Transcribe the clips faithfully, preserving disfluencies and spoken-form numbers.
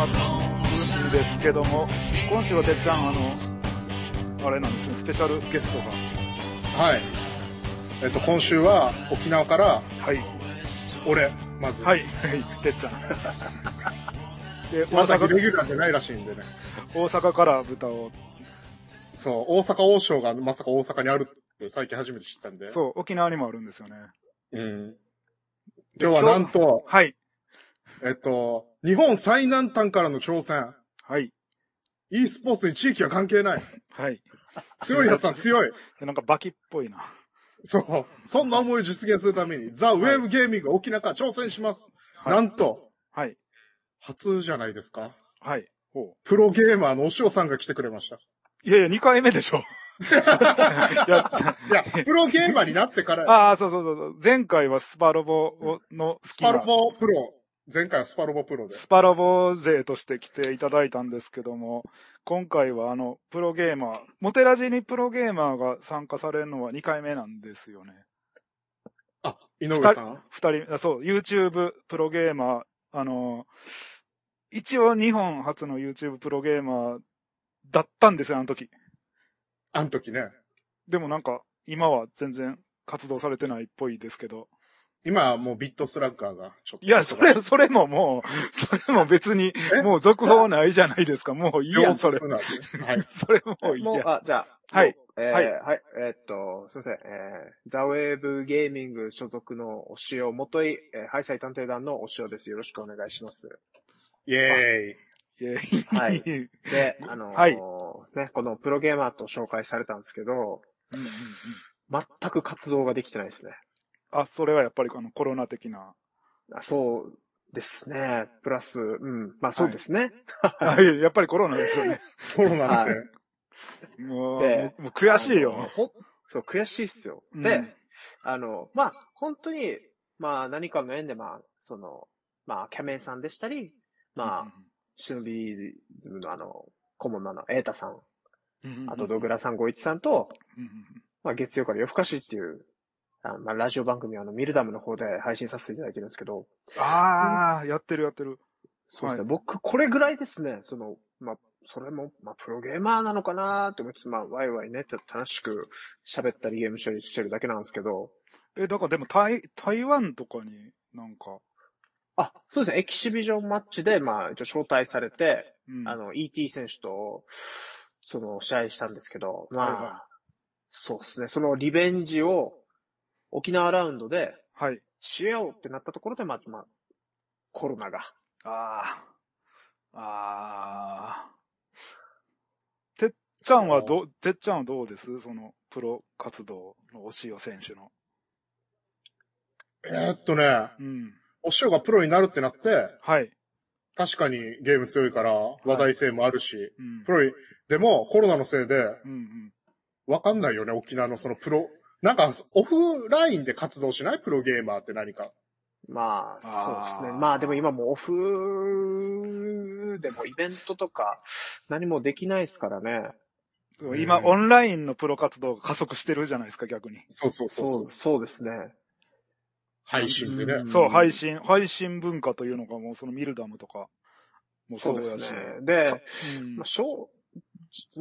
んですけども、今週はてっちゃん、あの、あれなんですね、スペシャルゲストが。はい。えっと、今週は沖縄から、 はい。 俺、まず。 はい、はい、てっちゃん。 で、大阪レギュラーじゃないらしいんでね。 大阪から豚を。 そう、大阪王将がまさか大阪にあるって最近初めて知ったんで。 そう、沖縄にもあるんですよね。 うん。今日はなんと、 はい。 えっと、日本最南端からの挑戦。 はい。 e スポーツに地域は関係ない。 はい。 強いやつは強い。 なんかバキっぽいな。 そう。そんな思いを実現するために、ザ・ウェーブゲーミング沖縄から挑戦します。はい、なんと、 はい。 初じゃないですか。 はい。ほう。 プロゲーマーのお塩さんが来てくれました。 いやいや、にかいめでしょ。 いや、いや、プロゲーマーになってから。 ああ、そうそうそう。前回はスパロボのスパロボプロ。前回はスパロボプロで。 スパロボ勢として来ていただいたんですけども、今回はあの、プロゲーマー、モテラジにプロゲーマーが参加されるのはにかいめなんですよね。 あ、井上さん二人、そう、YouTube プロゲーマー、あの、一応日本初の YouTube プロゲーマーだったんですよ、あの時。 あの時ね。 でもなんか、今は全然活動されてないっぽいですけど。 今はもうビットスラッガーがちょっと。 いや、それ、それももう、それも別に、もう続報ないじゃないですか。もういいやん、それ。はい。それもういいやん。 もう、あ、じゃあ。 はい。 えー、はい。はい。えー、っと、すいません。えー、ザ・ウェーブゲーミング所属のお塩、元井、えー、ハイサイ探偵団のお塩です。よろしくお願いします。 イェーイ。 イェーイ。 はい。で、あのー、はい、ね、このプロゲーマーと紹介されたんですけど、うんうんうん、全く活動ができてないですね。 あ、それはやっぱりこのコロナ的な。 あ、そうですね。プラス、うん。まあそうですね。 はい。やっぱりコロナですよね。 コロナですね。 もう、もう悔しいよ。 そう、悔しいっすよ。で、うん、あの、まあ、本当に、まあ何かの縁で、まあ、その、まあ、キャメンさんでしたり、まあ、うん、シノビズムのあの、顧問のあの、エータさん、あとドグラさんごいちさんと、まあ、月曜から夜更かしっていう、あのまあ、ラジオ番組はあの、ミルダムの方で配信させていただいてるんですけど。 ああ、うん、やってるやってる。 そうですね。はい、僕、これぐらいですね、その、まあ、それも、まあ、プロゲーマーなのかなと思って、まあ、ワイワイね、ちょっと楽しく喋ったりゲームしたりしてるだけなんですけど。 え、だからでも台、台湾とかになんか。 あ、そうですね。エキシビジョンマッチで、まあ、一応招待されて、うん、あの、イーティー 選手と、その、試合したんですけど、まあ、はいはい、そうですね。そのリベンジを、沖縄ラウンドで、はい。しようってなったところで、まあ、まあ、コロナが。 ああ。ああ。てっちゃんはどう、てっちゃんはどうですその、プロ活動のお塩選手の。 えー、っとね、うん。お塩がプロになるってなって、はい。確かにゲーム強いから話題性もあるし、はいうん、プロに、でもコロナのせいで、うんうん、わかんないよね、沖縄のそのプロ、なんかオフラインで活動しないプロゲーマーって何か。 まあ、そうですね。まあでも今もうオフでもイベントとか何もできないですからね。 今、オンラインのプロ活動が加速してるじゃないですか、逆に。 そうそうそうそう。 そう、そうですね。 配信でね。 そう、配信、配信文化というのがもうそのミルダムとかもそうだし。 そうですね。で、うん、まあ、しょう、うん。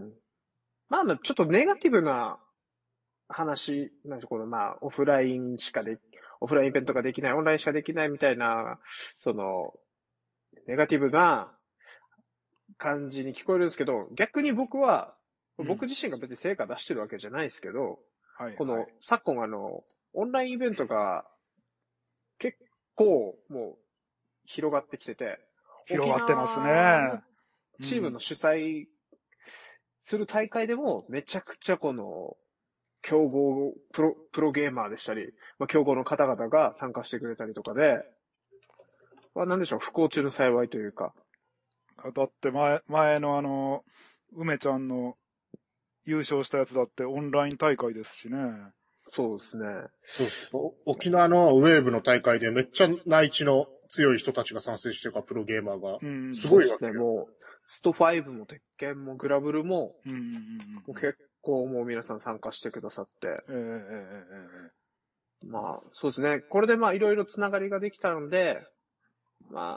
まあ、ちょっとネガティブな話、なんてこの、まあ、オフラインしかで、オフラインイベントができない、オンラインしかできないみたいな、その、ネガティブな感じに聞こえるんですけど、逆に僕は、僕自身が別に成果出してるわけじゃないですけど、うん、この、昨今あの、オンラインイベントが結構もう広がってきてて、 広がってますね。 チームの主催する大会でもめちゃくちゃこの、競合、プロ、プロゲーマーでしたり、まあ、競合の方々が参加してくれたりとかで、まあ、なんでしょう、不幸中の幸いというか。 だって前、前のあの、梅ちゃんの優勝したやつだってオンライン大会ですしね。 そうですね。 そうそう。沖縄のウェーブの大会でめっちゃ内地の強い人たちが参戦してるから、プロゲーマーが。うん、すごいわけよ。 ね、もう、ストファイブも鉄拳もグラブルも、うんうんうん、もう結構もう皆さん参加してくださって。えーえーえー、まあ、そうですね。これでまあいろいろつながりができたので、まあ、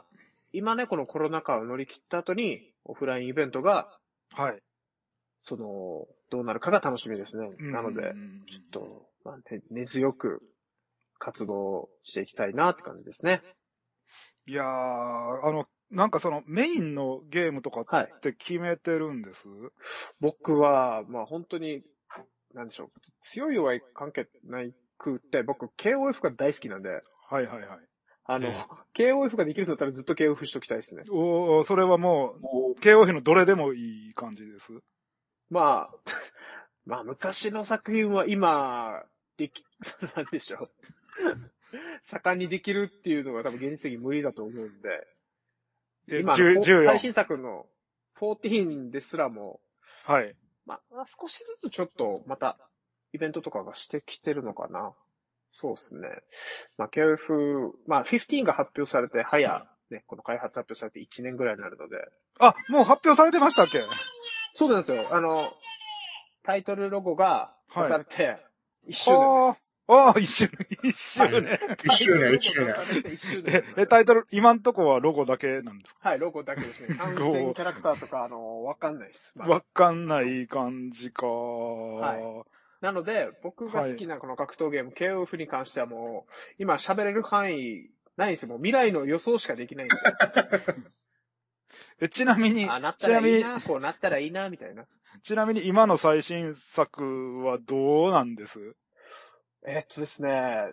今ね、このコロナ禍を乗り切った後に、オフラインイベントが、 はい。 その、どうなるかが楽しみですね。なので、ちょっと、まあ、根強く活動していきたいなって感じですね。 いやー、あの、なんかそのメインのゲームとかって決めてるんです、はい、 僕は、まあ本当に、なんでしょう、強い弱い関係ないくって、僕 ケーオーエフ が大好きなんで。 はいはいはい。 あの、ケーオーエフ ができるんだったらずっと ケーオーエフ しときたいですね。 おー、それはもう、ケーオーエフ のどれでもいい感じです。 まあ、まあ昔の作品は今、でき、なんでしょう。盛んにできるっていうのが多分現実的に無理だと思うんで。今の最新作のじゅうよんですらも、 はい。 まあ、少しずつちょっとまたイベントとかがしてきてるのかな。そうですね。まあ、ケーオーエフ、まあ、じゅうごが発表されて、早、ね、この開発発表されていちねんぐらいになるので。 あ、もう発表されてましたっけ？ そうなんですよ。あの、タイトルロゴが出されて、いっしゅうねんです。 ああ、一周年、一周年。 一周年、一周年。 え、タイトル、今んとこはロゴだけなんですか？ はい、ロゴだけですね。参戦キャラクターとか、あの、わかんないです。 わ、まあ、かんない感じか。 はい。なので、僕が好きなこの格闘ゲーム、はい、ケーオーエフ に関してはもう、今喋れる範囲ないんですよ。もう未来の予想しかできないんですよ。 え、ちなみに、 あ、なったらいいな、こうなったらいいな、みたいな。 ちなみに今の最新作はどうなんです？ えっとですね、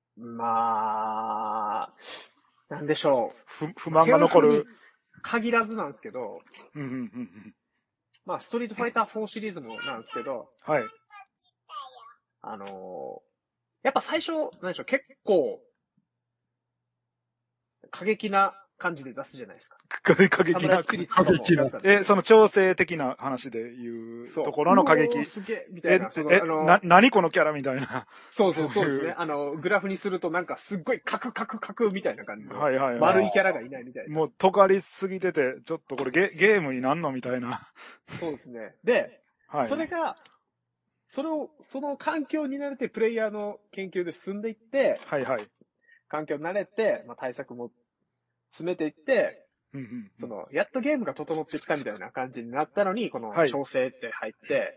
まあ、なんでしょう。 不、不満が残る。 限らずなんですけど、 うんうんうんうん、 まあ、ストリートファイターフォーシリーズもなんですけど、 はい。 あのー、やっぱ最初、なんでしょう、結構、過激な感じで出すじゃないですか。 過激な。 過激な。 え、その調整的な話で言うところの過激。 すげえみたいな。 え、え、な、何このキャラみたいな。 そうそうそうですね。あの、グラフにするとなんかすっごいカクカクカクみたいな感じの。 はいはいはい。 丸いキャラがいないみたいな。 もう尖りすぎてて、ちょっとこれゲ、ゲームになんのみたいな。 そうですね。で、はい、それが、それを、その環境に慣れてプレイヤーの研究で進んでいって、 はいはい。 環境に慣れて、まあ対策も詰めていって、 うんうんうん、 その、やっとゲームが整ってきたみたいな感じになったのに、この調整って入って、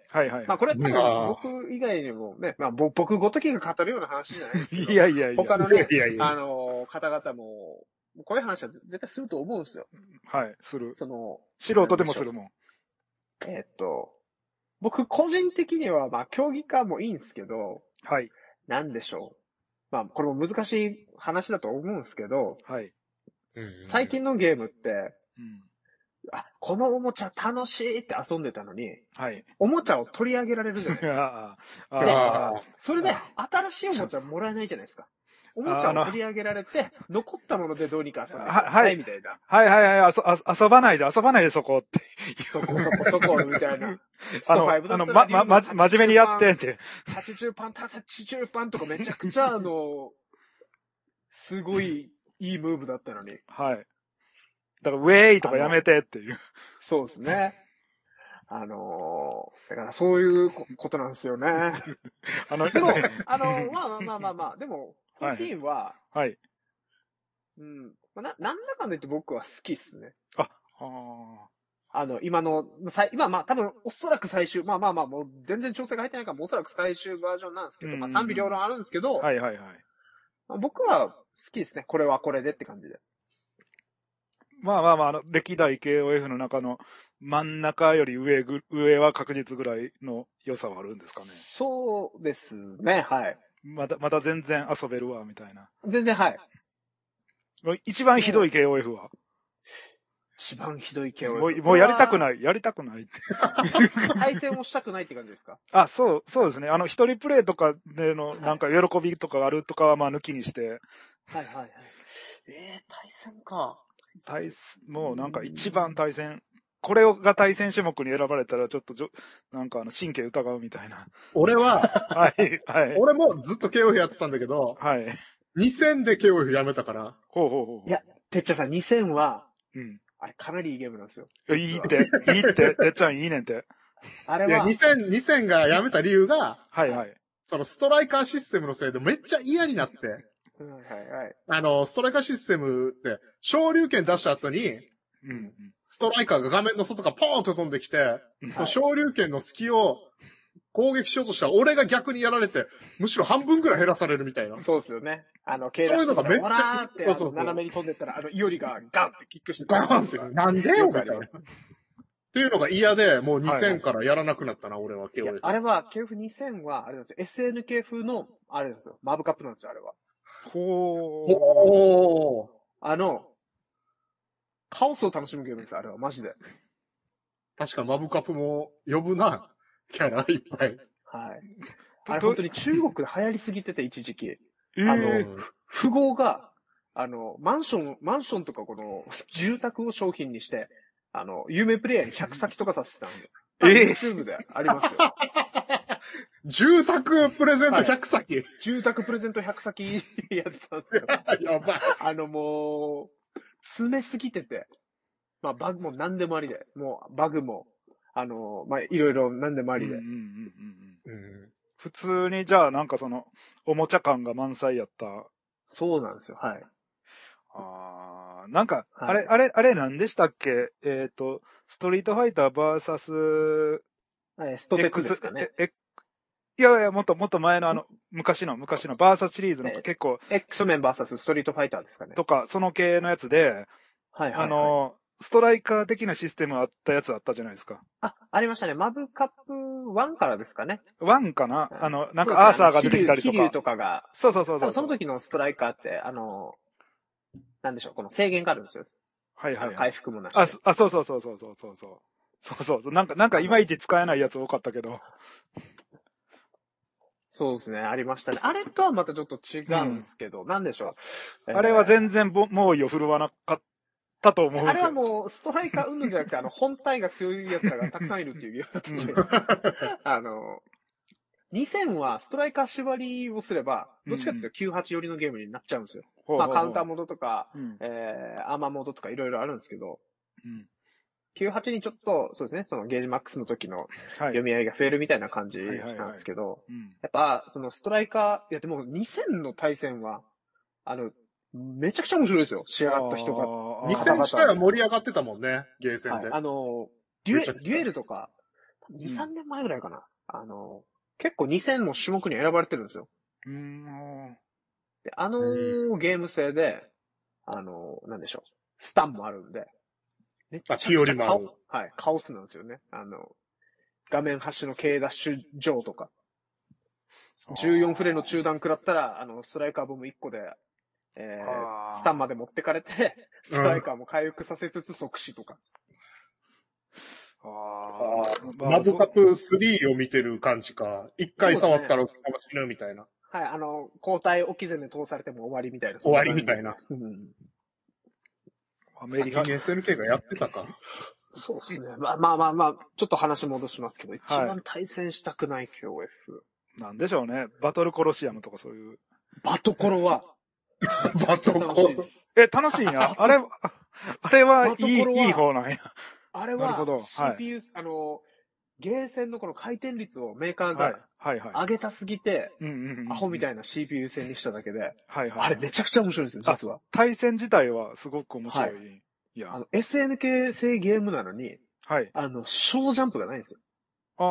はい、はいはいはい。 まあこれは多分僕以外にもね、まあ僕ごときが語るような話じゃないですけど、 いやいやいや。 他のね、いやいやあの、方々も、こういう話は絶対すると思うんですよ。 はい、する。 その、 素人でもするもん。 えー、っと、僕個人的には、まあ競技化もいいんですけど、 はい。 なんでしょう。まあこれも難しい話だと思うんですけど、 はい。 最近のゲームって、 うん、 あ、このおもちゃ楽しいって遊んでたのに、 はい。 おもちゃを取り上げられるじゃないですか。で、それで新しいおもちゃもらえないじゃないですか。おもちゃを取り上げられて、残ったものでどうにか遊んでくださいみたいな。 はいはいはい、遊ばないで、遊ばないでそこって。 そこそこそこみたいな。 あの、あの、ま、ま、ま、真面目にやってって。 はちじゅうパン、はちじゅうパンとかめちゃくちゃあの、すごいいいムーブだったのに。 はい。だから、ウェイとかやめてっていう。 そうですね。あのー、だからそういうことなんですよね。あの、でも、あのー、まあまあまあまあまあ、でも、じゅうよんは、 はい。 うん、な、なんだかんだ言って僕は好きっすね。 あ、ああの、今の、今まあ多分おそらく最終、まあまあまあもう全然調整が入ってないから、おそらく最終バージョンなんですけど、まあ賛否両論あるんですけど、 はいはいはい。 まあ、僕は好きですね。これはこれでって感じで。 まあまあまあ、あの、歴代 ケーオーエフ の中の真ん中より上ぐ、上は確実ぐらいの良さはあるんですかね。 そうですね、はい。 まだ、まだ全然遊べるわ、みたいな。 全然、はい。 一番ひどい ケーオーエフ は一番ひどい ケーオーエフ。 もう、もうやりたくない、やりたくないって。 対戦をしたくないって感じですか？ あ、そう、そうですね。あの、一人プレイとかでの、なんか喜びとかあるとかはまあ抜きにして。 はいはいはい。えー、対戦か。 対戦、もうなんか一番対戦、これが対戦種目に選ばれたらちょっとじょ、なんかあの神経疑うみたいな。 俺は、 はい、はい。 俺もずっと ケーオーエフ やってたんだけど、 はい。 にせんで ケーオーエフ やめたから。 ほうほうほう。 いや、てっちゃんさんにせんは、 うん。 あれかなりいいゲームなんですよ。 いいって、いいって、てっちゃんいいねんて。 あれは。いや、 にせん、にせんがやめた理由が、 はいはい。 そのストライカーシステムのせいでめっちゃ嫌になって。 うんはいはい。 あの、ストライカーシステムって、昇竜拳出した後に、うん、ストライカーが画面の外からポーンと飛んできて、はい、その昇竜拳の隙を攻撃しようとしたら、俺が逆にやられて、むしろ半分くらい減らされるみたいな。 そうですよね。あの、そういうのがめっちゃ、ってそうそうそう斜めに飛んでったら、あの、イオリがガンってキックしてガーンって、なんでよみたいな。っていうのが嫌で、もうにせんからやらなくなったな、はいはい、俺は、ケーオーエフ。 あれは、ケーオーエフにせんは、あれなんですよ。エスエヌケー 風の、あれなんですよ。マブカップなんですよ、あれは。 ほー。ほー。あの、カオスを楽しむゲームです、あれは、マジで。 確かマブカップも呼ぶな、キャラいっぱい。 はい。あれ本当に中国で流行りすぎてて、一時期。えー、あの、富豪が、あの、マンション、マンションとかこの、住宅を商品にして、あの、有名プレイヤーにひゃく先とかさせてたんで。えー、YouTube でありますよ。 住宅プレゼントひゃく先、はい、 住宅プレゼントひゃく先やってたんですよ。 やばい。 あのもう、詰めすぎてて。まあバグも何でもありで。もうバグも、あの、まあいろいろ何でもありで。うんうんうんうん、普通にじゃあなんかその、おもちゃ感が満載やった。 そうなんですよ。はい。 あー、なんか、はい、あれ、あれ、あれ何でしたっけえっ、ー、と、ストリートファイターバーサス、 はい、ストテクですかね。 え、いやいや、もっともっと前のあの、昔の、昔のバーサスシリーズの結構。 X メンバーサスストリートファイターですかね。 とか、その系のやつで、はいはい、はい。あの、ストライカー的なシステムあったやつあったじゃないですか。 あ、ありましたね。マブカップワンからですかね。 ワンかな、あの、なんかアーサーが出てきたりとか。 飛竜とかが。 そうそうそうそう。 その時のストライカーって、あの、なんでしょう、この制限があるんですよ。 はいはい、はい。 回復もなし。 あ、あ、そうそうそうそうそうそう。そうそうそう。なんか、なんかいまいち使えないやつ多かったけど。 そうですね、ありましたね。あれとはまたちょっと違うんですけど、うん、なんでしょう。あれは全然猛威を振るわなかったと思うんですよ。 あれはもう、ストライカー云々じゃなくて、あの、本体が強い奴らがたくさんいるっていうゲームだったじゃないですか。あの、にせんはストライカー縛りをすれば、どっちかというときゅうじゅうはち寄りのゲームになっちゃうんですよ。うん、まあ、カウンターモードとか、うん、えー、アーマーモードとかいろいろあるんですけど、うんきゅうじゅうはちにちょっと、そうですね、そのゲージマックスの時の読み合いが増えるみたいな感じなんですけど、やっぱ、そのストライカー、いやでもにせんの対戦は、あの、めちゃくちゃ面白いですよ、仕上がった人が。 にせん自体は盛り上がってたもんね、ゲーセンで。 はい、あの、デュエ、デュエルとか、に、さんねんまえぐらいかな。あの、結構にせんの種目に選ばれてるんですよ。うーんであのー、ゲーム性で、あのー、なんでしょう、スタンもあるんで、めっちゃくちゃカオ、はい、カオスなんですよね。あの、画面端の K ダッシュ上とか。じゅうよんフレの中段食らったら、あの、ストライカーボムいっこで、えー、スタンまで持ってかれて、ストライカーも回復させつつ即死とか。 ああ、マブカップスリーを見てる感じか。一回触ったら死ぬみたいな。 はい、あの、交代置き攻め通されても終わりみたいな。 終わりみたいな。うん。アメリカに エスエヌケー がやってたか。 そうですね。まあまあまあまあ、ちょっと話戻しますけど、一番対戦したくない ケーオーエフ。 なんでしょうね。バトルコロシアムとかそういう。 バトコロは、 バトコロ。 え、楽しいんや。あれ、あれはいい、いい方なんや。 あれは、シーピーユー、あの、ゲーセンのこの回転率をメーカーが上げたすぎて、アホみたいな シーピーユー 線にしただけで、あれめちゃくちゃ面白いんですよ、実は。 対戦自体はすごく面白い。はい、 いやあの エスエヌケー 製ゲームなのに、はい、あの、小ジャンプがないんですよ。あ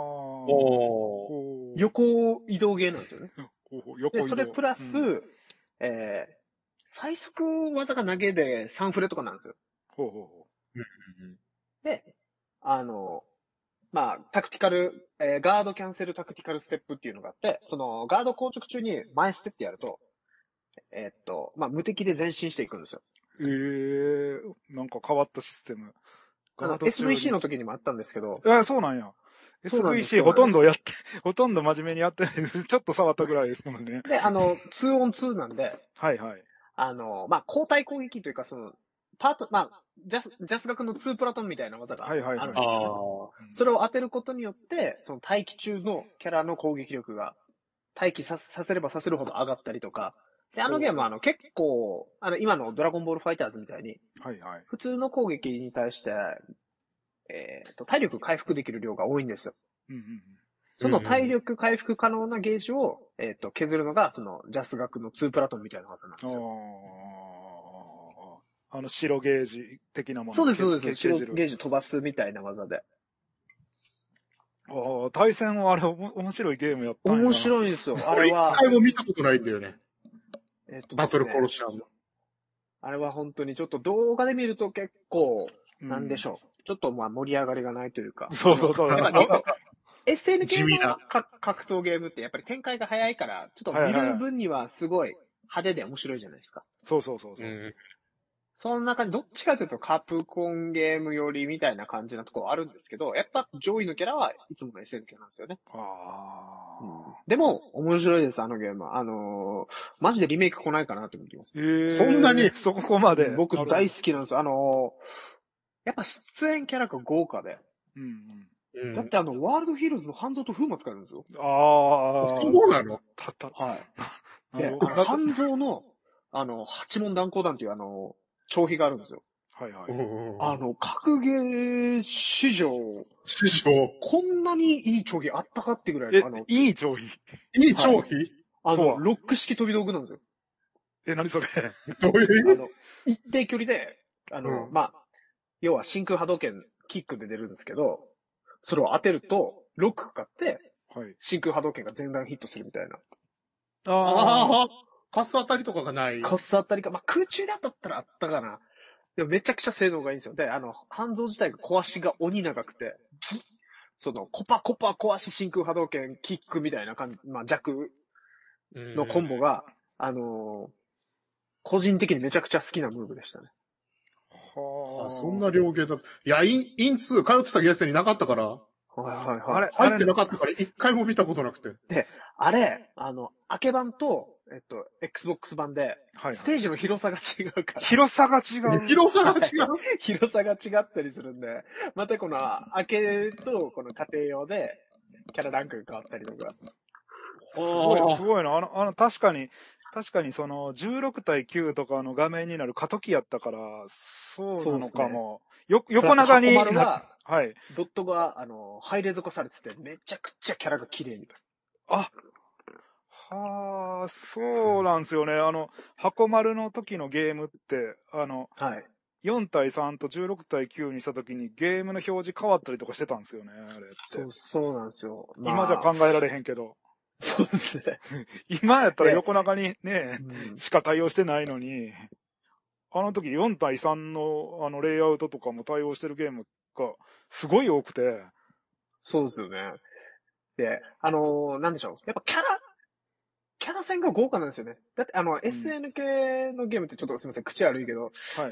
ー。横移動ゲーなんですよね。横移動。で、それプラス、うん、えー、最速技が投げでさんフレとかなんですよ。ほうほうほう。で、あの、まあ、タクティカル、えー、ガードキャンセルタクティカルステップっていうのがあって、その、ガード硬直中に前ステップやると、えー、っと、まあ、無敵で前進していくんですよ。 ええー、なんか変わったシステム。 あの、エスブイシー の時にもあったんですけど。 えー、そうなんや。エスブイシー ほとんどやって、ほとんど真面目にやってないです。ちょっと触ったぐらいですもんね。 で、あの、ツーオンツーなんで。 はいはい。 あの、まあ、交代攻撃というか、その、パート、まあ、ジャス、ジャス学のツープラトンみたいな技があるんですよ、ね。はいはいはい、それを当てることによって、その待機中のキャラの攻撃力が、待機さ、させればさせるほど上がったりとか。で、あのゲームはあの、結構、あの、今のドラゴンボールファイターズみたいに、はいはい。普通の攻撃に対して、えっと、体力回復できる量が多いんですよ。うんうんうん。 その体力回復可能なゲージを、えっと、削るのが、その、ジャス学のツープラトンみたいな技なんですよ。 あの、白ゲージ的なもの。 そうです、そうです。白ゲージ飛ばすみたいな技で。 ああ、対戦はあれ、面白いゲームやったんや。 面白いんですよ。あれは。 一回も見たことないんだよね。 えっと、 バトルコロシアム。 あれは本当にちょっと動画で見ると結構、なんでしょう。うん、ちょっとまあ盛り上がりがないというか。 そうそうそう。 やっぱ結構、エスエヌケー の格闘ゲームってやっぱり展開が早いから、ちょっと見る分にはすごい派手で面白いじゃないですか。 そうそうそうそう。 うんその中にどっちかというとカプコンゲームよりみたいな感じなところはあるんですけど、やっぱ上位のキャラはいつもの エスエヌケー なんですよね。あうん、でも、面白いです、あのゲームは。あのー、マジでリメイク来ないかなと思ってます。 えー、そんなにそこまで。 僕大好きなんです。あのー、やっぱ出演キャラが豪華で。うんうん、だってあの、ワールドヒーローズの半蔵と風磨使えるんですよ。 ああ。そうなのたった。はい。で、あの、半蔵の、あの、八門断交団っていうあの、長飛があるんですよ。 はいはい。 あの、格ゲー史上、 史上、 こんなにいい長飛あったかってぐらいの、あの、 いい長飛いい長飛、はい、 あの、ロック式飛び道具なんですよ。 え、何それどういう意味あの、一定距離で、あの、うん、まあ、要は真空波動拳、キックで出るんですけど、それを当てると、ロックかかって、はい、真空波動拳が全弾ヒットするみたいな。 ああ。カス当たりとかがない。 カス当たりか。まあ、空中で当たったらあったかな。でもめちゃくちゃ性能がいいんですよ。で、あの、半蔵自体が壊しが鬼長くて、その、コパコパ壊し真空波動拳、キックみたいな感じ、まあ、弱のコンボが、あのー、個人的にめちゃくちゃ好きなムーブでしたね。 はあ、そんな両ゲーだ。いや、イン、インツー通ってたゲーセンになかったから。 はいはいはい。 あれ入ってなかったから一回も見たことなくて。 で、あれ、あの、明け版と、えっと、Xbox 版で、はいはい、ステージの広さが違うから。 広さが違う。 広さが違う、 はい、広さが違ったりするんで、またこの、明けと、この家庭用で、キャラランクが変わったりとか。 すごい、すごいな。あの、あの、確かに、確かにその、じゅうろく対きゅうとかの画面になる過渡期やったから、そうなのかも。ね、よ、横長に。 はい。ドットが、あの、ハイレゾ化されてて、めちゃくちゃキャラが綺麗にます。 あ、はあ、そうなんですよね。あの、箱丸の時のゲームって、あの、はい。よん対さんとじゅうろく対きゅうにした時にゲームの表示変わったりとかしてたんですよね、あれって。 そう、そうなんですよ。 まあ、今じゃ考えられへんけど。 そうですね。 今やったら横長にね、うん、しか対応してないのに、あの時よん対さんのあのレイアウトとかも対応してるゲームがすごい多くて。 そうですよね。で、あのー、なんでしょう。やっぱキャラ、キャラ戦が豪華なんですよね。だってあの、うん、エスエヌ 系のゲームってちょっとすみません、口悪いけど、はい。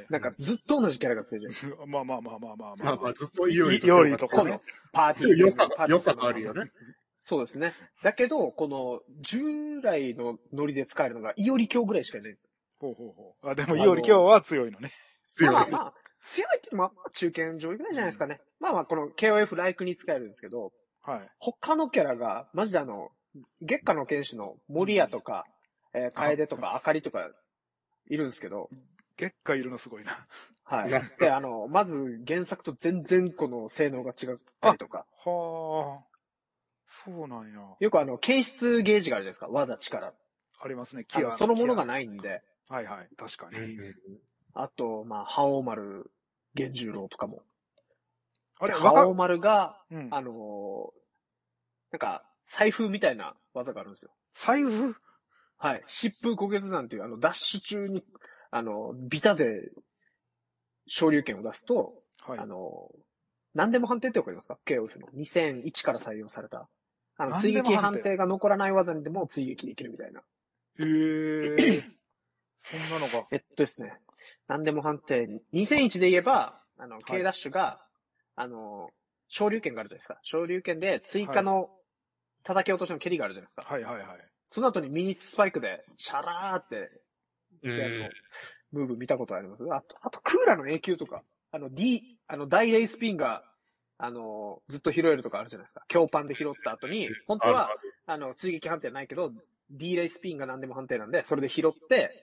なんかずっと同じキャラが強いじゃないですか。 まあまあまあまあまあまあ。 まあまあずっと有利とかね。 パーティー。 良さが、良さがあるよね。 そうですね。だけど、この、従来のノリで使えるのが、イオリ教ぐらいしかいないんですよ。 ほうほうほう。あ、でもイオリ教は強いのね。 強い。まあまあ、強いっていうのは、まあ、中堅上位ぐらいじゃないですかね。うん、まあまあ、この ケーオーエフ ライクに使えるんですけど、はい。他のキャラが、マジであの、月下の剣士の森屋とか、うん、えー、楓とか、あかりとか、いるんですけど。 月下いるのすごいな。 はい。で、あの、まず原作と全然この性能が違ったりとか。 はあ。そうなんや。 よくあの、検出ゲージがあるじゃないですか。技、力。 ありますね。 キア。そのものがないんで。 はいはい。確かに。 あと、まあ、覇王丸、源十郎とかも。あれ、覇王丸が、うん、あのー、なんか、財布みたいな技があるんですよ。 財布はい。疾風虎月山っていう、あの、ダッシュ中に、あの、ビタで、昇竜拳を出すと、はい、あの、何でも判定ってわかりますか？ ケーオーエフ のにせんいちから採用された。あの、追撃判定が残らない技にでも追撃できるみたいな。 へー。そんなのが。 えっとですね。何でも判定。にせんいちで言えば、あの、K ダッシュが、あの、昇竜拳があるじゃないですか。昇竜拳で追加の叩き落としの蹴りがあるじゃないですか。 はいはいはい。 その後にミニッツスパイクで、シャラーって、やるの、ムーブ見たことありますあと、あと、クーラの永久とか、あの、D、あの、大レイスピンが、あの、ずっと拾えるとかあるじゃないですか。強パンで拾った後に、本当は、あの、追撃判定はないけど、D レイスピンが何でも判定なんで、それで拾って、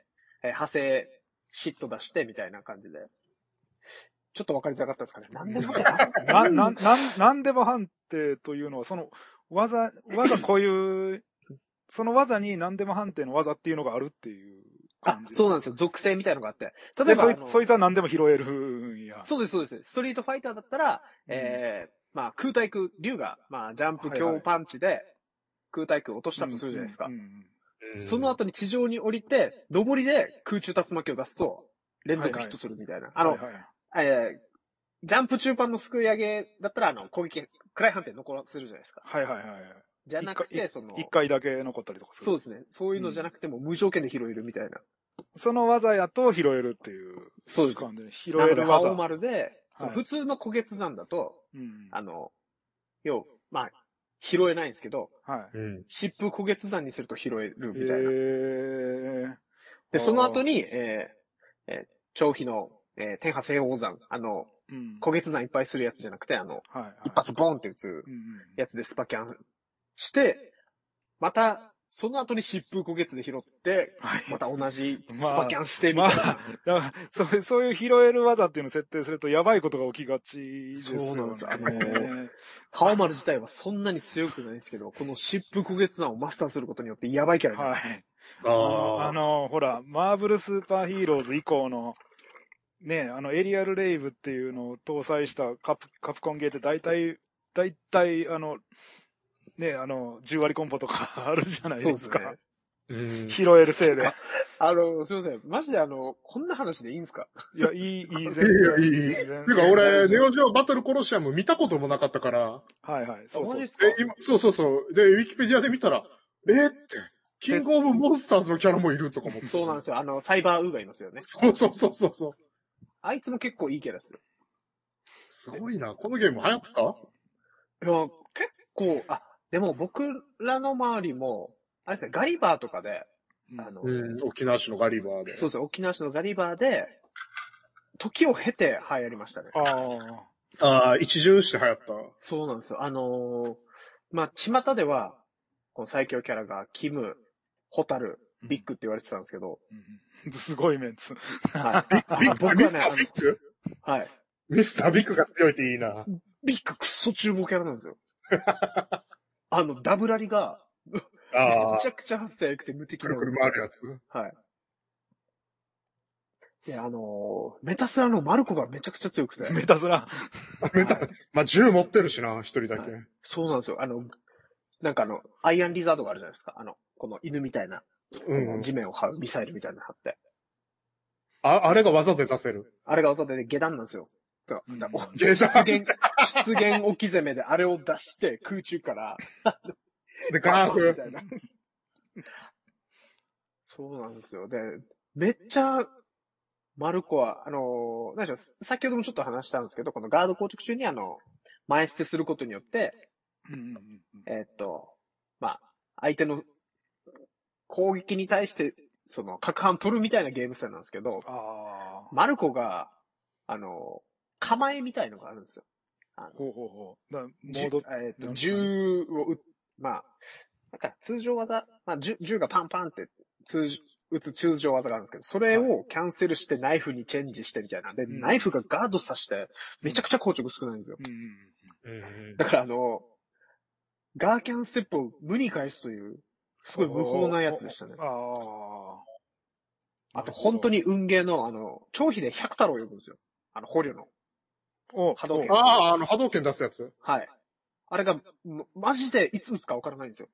えー、派生、シット出して、みたいな感じで。ちょっとわかりづらかったですかね。何でも判定な、な、な、なんでも判定というのは、その、 技、技こういう、その技に何でも判定の技っていうのがあるっていう感じ。 あ、そうなんですよ。属性みたいのがあって。例えば、 そいそいつは何でも拾えるんや。 そうです、そうです。ストリートファイターだったら、うん、えー、まあ空対空、竜が、まあジャンプ強パンチで空対空落としたとするじゃないですか。うんうんうん、その後に地上に降りて、上りで空中竜巻を出すと、連続ヒットするみたいな。はいはい、あの、はいはい、えー、ジャンプ中盤のすくい上げだったら、あの、攻撃、暗い判定残らせるじゃないですか。 はいはいはい。 じゃなくて、その、 一回だけ残ったりとかする。 そうですね。そういうのじゃなくても、無条件で拾えるみたいな。 うん、その技やと拾えるっていう。 そうです。 拾える技。 ハオマルで、はい、普通の古月山だと、うん、あの、要、まあ、拾えないんですけど、はい。疾風古月山にすると拾えるみたいな。へー。で、その後に、えー、えー、長飛の、えー、天波西王山、あの、うん、古月山いっぱいするやつじゃなくて、あの、はいはい、一発ボンって打つやつでスパキャンして、また、その後に疾風古月で拾って、はい、また同じスパキャンしてみたいな。まあまあ、 だからそう、そういう拾える技っていうのを設定するとやばいことが起きがちですよね。 そうなんですよ。あのー、ハオマル自体はそんなに強くないんですけど、この疾風古月山をマスターすることによってやばいキャラになる。はい。 あの、あの、ほら、マーブルスーパーヒーローズ以降の、ね、あの、エリアルレイブっていうのを搭載したカプ、カプコンゲーって大体、大体、あの、ね、あの、じゅう割コンボとかあるじゃないですか。そうですね。拾えるせいで。 あの、すいません。マジであの、こんな話でいいんすか？ いや、いい、いい、全然。いや、いい、いい。てか俺、ネオジオバトルコロシアム見たこともなかったから。 はいはい。 そうそう。 え、今、そうそうそう。で、ウィキペディアで見たら、えー、って、キングオブモンスターズのキャラもいるとか思って。 そうなんですよ。あの、サイバーウーがいますよね。 そうそうそうそうそう。 あいつも結構いいキャラですよ。 すごいな。このゲーム流行ってた？ いや、結構、あ、でも僕らの周りも、あれですね、ガリバーとかで、 あの、うん、沖縄市のガリバーで。 そうですね、沖縄市のガリバーで、時を経て流行りましたね。 ああ。ああ、一巡して流行った。 そうなんですよ。あのー、まあ、巷では、この最強キャラが、キム、ホタル、ビッグって言われてたんですけど。 うん、すごいメンツ。 はい。ビッグ、ビッグ、ミスタービッグ？はい。ミスタービッグが強いっていいな。 ビッグクソ中ボキャラなんですよ。あの、ダブラリが、めちゃくちゃ発生良くて無敵な。 くるくる回るやつ。 はい。いや、あのー、メタスラのマルコがめちゃくちゃ強くて。 メタスラメタ、まあ、銃持ってるしな、一人だけ、はい。 そうなんですよ。あの、なんかあの、アイアンリザードがあるじゃないですか。あの、この犬みたいな、この地面を這うミサイルみたいなの貼って。 あ、あれが技で出せる。 あれが技で、ね、下段なんですよ。 うん、 出現、出現置き攻めであれを出して空中から、 で、ガーフみたいな。 そうなんですよ。で、めっちゃ、マルコは、あのー、何でしょう、先ほどもちょっと話したんですけど、このガード構築中にあの、前捨てすることによって、うんうんうん、えー、っと、まあ、相手の攻撃に対して、その、角反取るみたいなゲーム性なんですけど、マルコが、あの、構えみたいのがあるんですよ。あのほうほうほう。だモード、 えっ、ー、と、銃を撃、まあ、なんか通常技、まあ、銃がパンパンって通撃つ通常技があるんですけど、それをキャンセルしてナイフにチェンジしてみたいな。で、うん、ナイフがガードさして、めちゃくちゃ硬直少ないんですよ。うんうん、だからあの、ガーキャンステップを無に返すという、すごい無法なやつでしたね。ああと、本当に運ゲーの、あの、長飛で百太郎を呼ぶんですよ。あの、捕虜の。 波動拳。ああ、あの、波動拳出すやつ。 はい。あれが、マジでいつ撃つか分からないんですよ。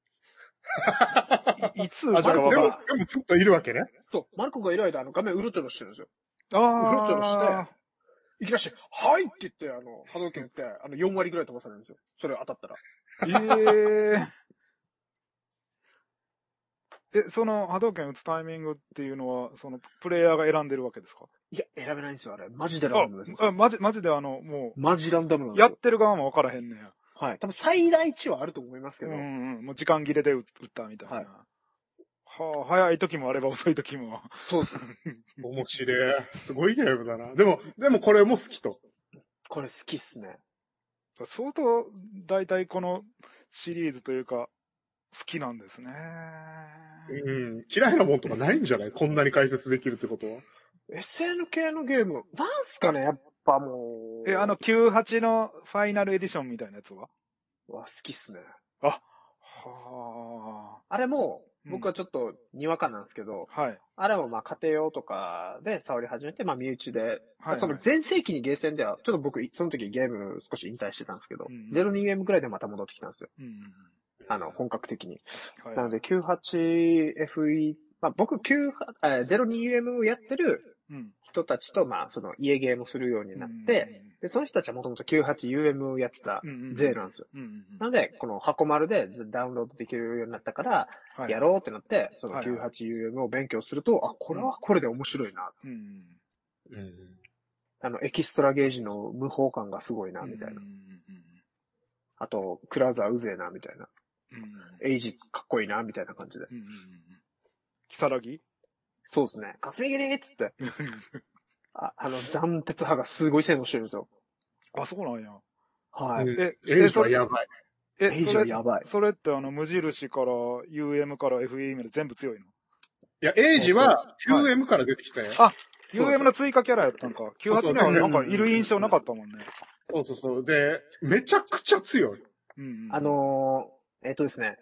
い, いつ撃つか分からない。 でも、ずっといるわけね。 そう。マルコがいる間、あの、画面うろちょろしてるんですよ。ああ。うろちょろして、いきなし、はいって言って、あの、波動拳打って、あの、よん割ぐらい飛ばされるんですよ。それ当たったら。ええー。 え、その波動拳打つタイミングっていうのは、その、プレイヤーが選んでるわけですか？ いや、選べないんですよ、あれ。マジでランダムです。 あ、マジ、マジであの、もう。 マジランダムなんですよ。 やってる側も分からへんねや。 はい。多分最大値はあると思いますけど。 うんうん。もう時間切れで打ったみたいな。はい。はあ、早い時もあれば遅い時も。 そうです。 面白い。すごいゲームだな。でも、でもこれも好きと。 これ好きっすね。 相当、大体このシリーズというか、好きなんですね。 うん。嫌いなもんとかないんじゃない？こんなに解説できるってことは。 エスエヌ 系のゲーム、なんすかね、やっぱもう。え、あのきゅうじゅうはちのファイナルエディションみたいなやつはわ、好きっすね。 あ、はあ。あれも、僕はちょっと、にわかなんですけど、うん、はい。あれもまあ家庭用とかで触り始めて、まあ身内で、はいはい、その前世紀にゲーセンでは、ちょっと僕、その時ゲーム少し引退してたんですけど、うん、ゼロにゲームぐらいでまた戻ってきたんですよ。うん、あの、本格的に。はいはい、なので きゅうじゅうはちエフイー、まあ僕、ゼロにユーエム をやってる人たちと、まあその家ゲームするようになって、うん、で、その人たちはもともと きゅうじゅうはちユーエム をやってたゼロなんですよ。うんうんうん、なので、この箱丸でダウンロードできるようになったから、やろうってなって、その きゅうじゅうはちユーエム を勉強すると、はいはい、あ、これはこれで面白いな。うんうん、あの、エキストラゲージの無法感がすごいな、みたいな。うんうんうん、あと、クラウザーうぜえな、みたいな。うん、エイジかっこいいな、みたいな感じで。うんうんうん、 キサラギそうですね。霞切りっつって。あ、あの、斬鉄派がすごい性能してるんですよ。 あ、そうなんや。 はい。 え、エイジはやばい。 え、エイジはやばい。 それってあの、無印から ユーエム から エフイー まで全部強いの？いや、エイジは キューエム から出てきたよ。 あ、ユーエム の追加キャラやったんか。きゅうじゅうはちにはなんかいる印象なかったもんね。 そうそうそう。で、めちゃくちゃ強い。 うんうん、あのー、えっとですね。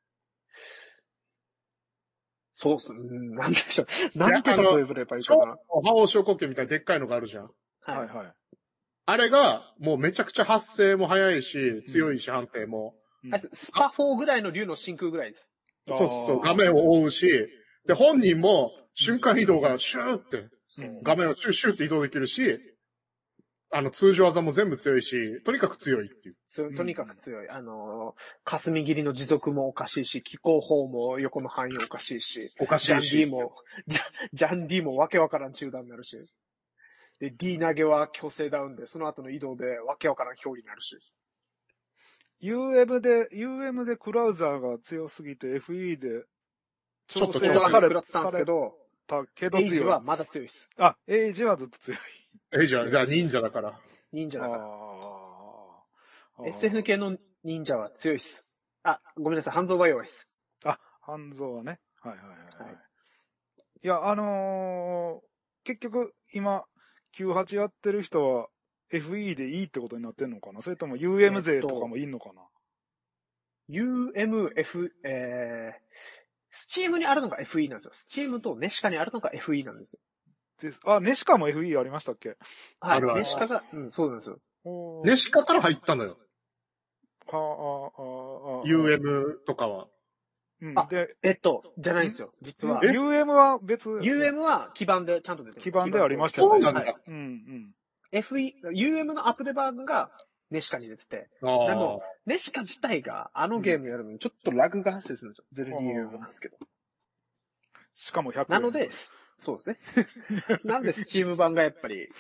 そうっす。なんでしょう。なんて例えばればいいかな。 覇王昇降拳みたいなでっかいのがあるじゃん。 はいはい。 あれが、もうめちゃくちゃ発生も早いし、強いし、判定も。 うん、スパフォーぐらいの竜の真空ぐらいです。 そうそう、画面を覆うし、で、本人も瞬間移動がシューって、うん、画面をシューシューって移動できるし、あの、通常技も全部強いし、とにかく強いっていう。 そう、とにかく強い。うん、あの、霞切りの持続もおかしいし、気候法も横の範囲おかしいし、 おかしいし。 ジャン D も、ジャジャン D もわけわからん中断になるし。で、D 投げは強制ダウンで、その後の移動でわけわからん表になるし。 ユーエム で、ユーエム でクラウザーが強すぎて エフイー で調整されたんですけど、 けど強い。 エイジはまだ強いです。 あ、エイジはずっと強い。 エイジは、じゃあ忍者だから。 忍者だから。エスエフ 系の忍者は強いっす。あ、ごめんなさい、半蔵は弱いっす。 あ、半蔵はね。はいはいはい。はい、いや、あのー、結局、今、きゅうじゅうはちやってる人は エフイー でいいってことになってんのかな？それとも ユーエム 勢とかもいんのかな？ ユーエム、F、えー、スチームにあるのが エフイー なんですよ。スチームとネシカにあるのが エフイー なんですよ。 です。あ、ネシカも エフイー ありましたっけ？ はい。ネシカが、うん、そうなんですよ。 ネシカから入ったのよ。 はあ、ああ、 ユーエム とかは。 うん、あ、で、えっと、じゃないんですよ。実は。 ユーエム は別。 ユーエム は基盤でちゃんと出てる。 基盤でありましたよね。そうなんだ。 はい、うんうん。エフイー、ユーエム のアップデバーグがネシカに出てて。でも、ネシカ自体があのゲームやるのにちょっとラグが発生するんですよ。ゼロにユーエム なんですけど。 しかもひゃくえん。なので、そうですね。なので、スチーム版がやっぱり。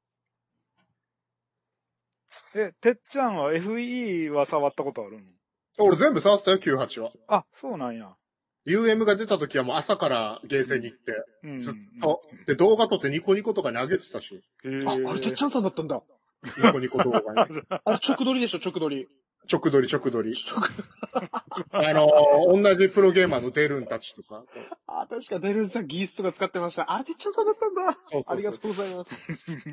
え、てっちゃんは エフイー は触ったことあるの？ 俺全部触ってたよ、きゅうじゅうはちは。 あ、そうなんや。 ユーエム が出た時はもう朝からゲーセンに行って、うん、ずっと、うん。で、動画撮ってニコニコとかに上げてたし。 あ、あれてっちゃんさんだったんだ。 ニコニコ動画に。 あれ直撮りでしょ、直撮り。 直撮り、直撮り。あのー、同じプロゲーマーのデルンたちとか。 あ、確かデルンさんギースとか使ってました。あれてっちゃんさんだったんだ。そうそうそう。ありがとうございます。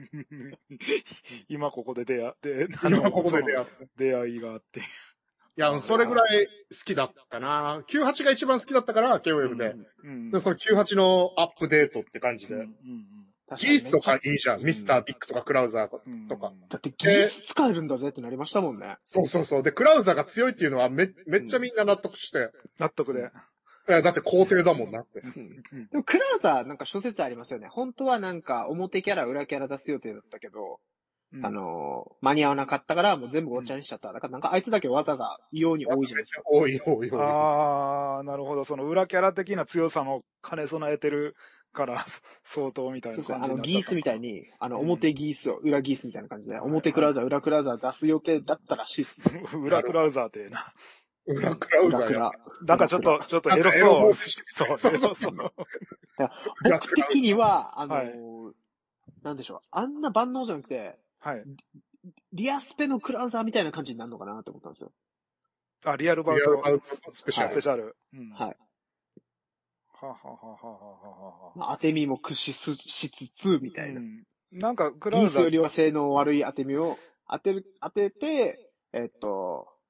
今ここで出会って、 今ここで出会って。 出会いがあって。 いや、それぐらい好きだったな。きゅうじゅうはちが一番好きだったから、ケーオーエム で。うんうん、でそのきゅうじゅうはちのアップデートって感じで。うんうんうん、ギースとかいいじゃん。ミスタービッグとかクラウザーとか。 だってギース使えるんだぜってなりましたもんね。 そうそうそう。で、クラウザーが強いっていうのはめ、めっちゃみんな納得して。うん、 納得で。 いや、だって皇帝だもんなって。 でもクラウザーなんか諸説ありますよね。本当はなんか表キャラ、裏キャラ出す予定だったけど、うん、あのー、間に合わなかったからもう全部ごっちゃにしちゃった。だからなんかあいつだけ技が異様に多いじゃないですか。 多い多い多い。 あー、なるほど。その裏キャラ的な強さも兼ね備えてるから相当みたいな感じになった。そうそう、 あのギースみたいに、あの表ギースを裏ギースみたいな感じで、うん、表クラウザー、裏クラウザー出す予定だったらしいっす。 裏クラウザーってな。 裏クラウザーや。 なんかちょっと、ちょっとエロそう。そうそうそうそう。 僕的には、あのー、はい、なんでしょう。あんな万能じゃなくて、はい。リアスペのクラウザーみたいな感じになるのかなって思ったんですよ。 あ、リアルバウトスペシャル。 はい、 スペシャル。 うん、はい。 ははははははまあ、当て身も駆使しつつ、みたいな。うん、 なんか、クラウザー。 ギースよりは性能悪い当て身を当てる、当てて、えっと、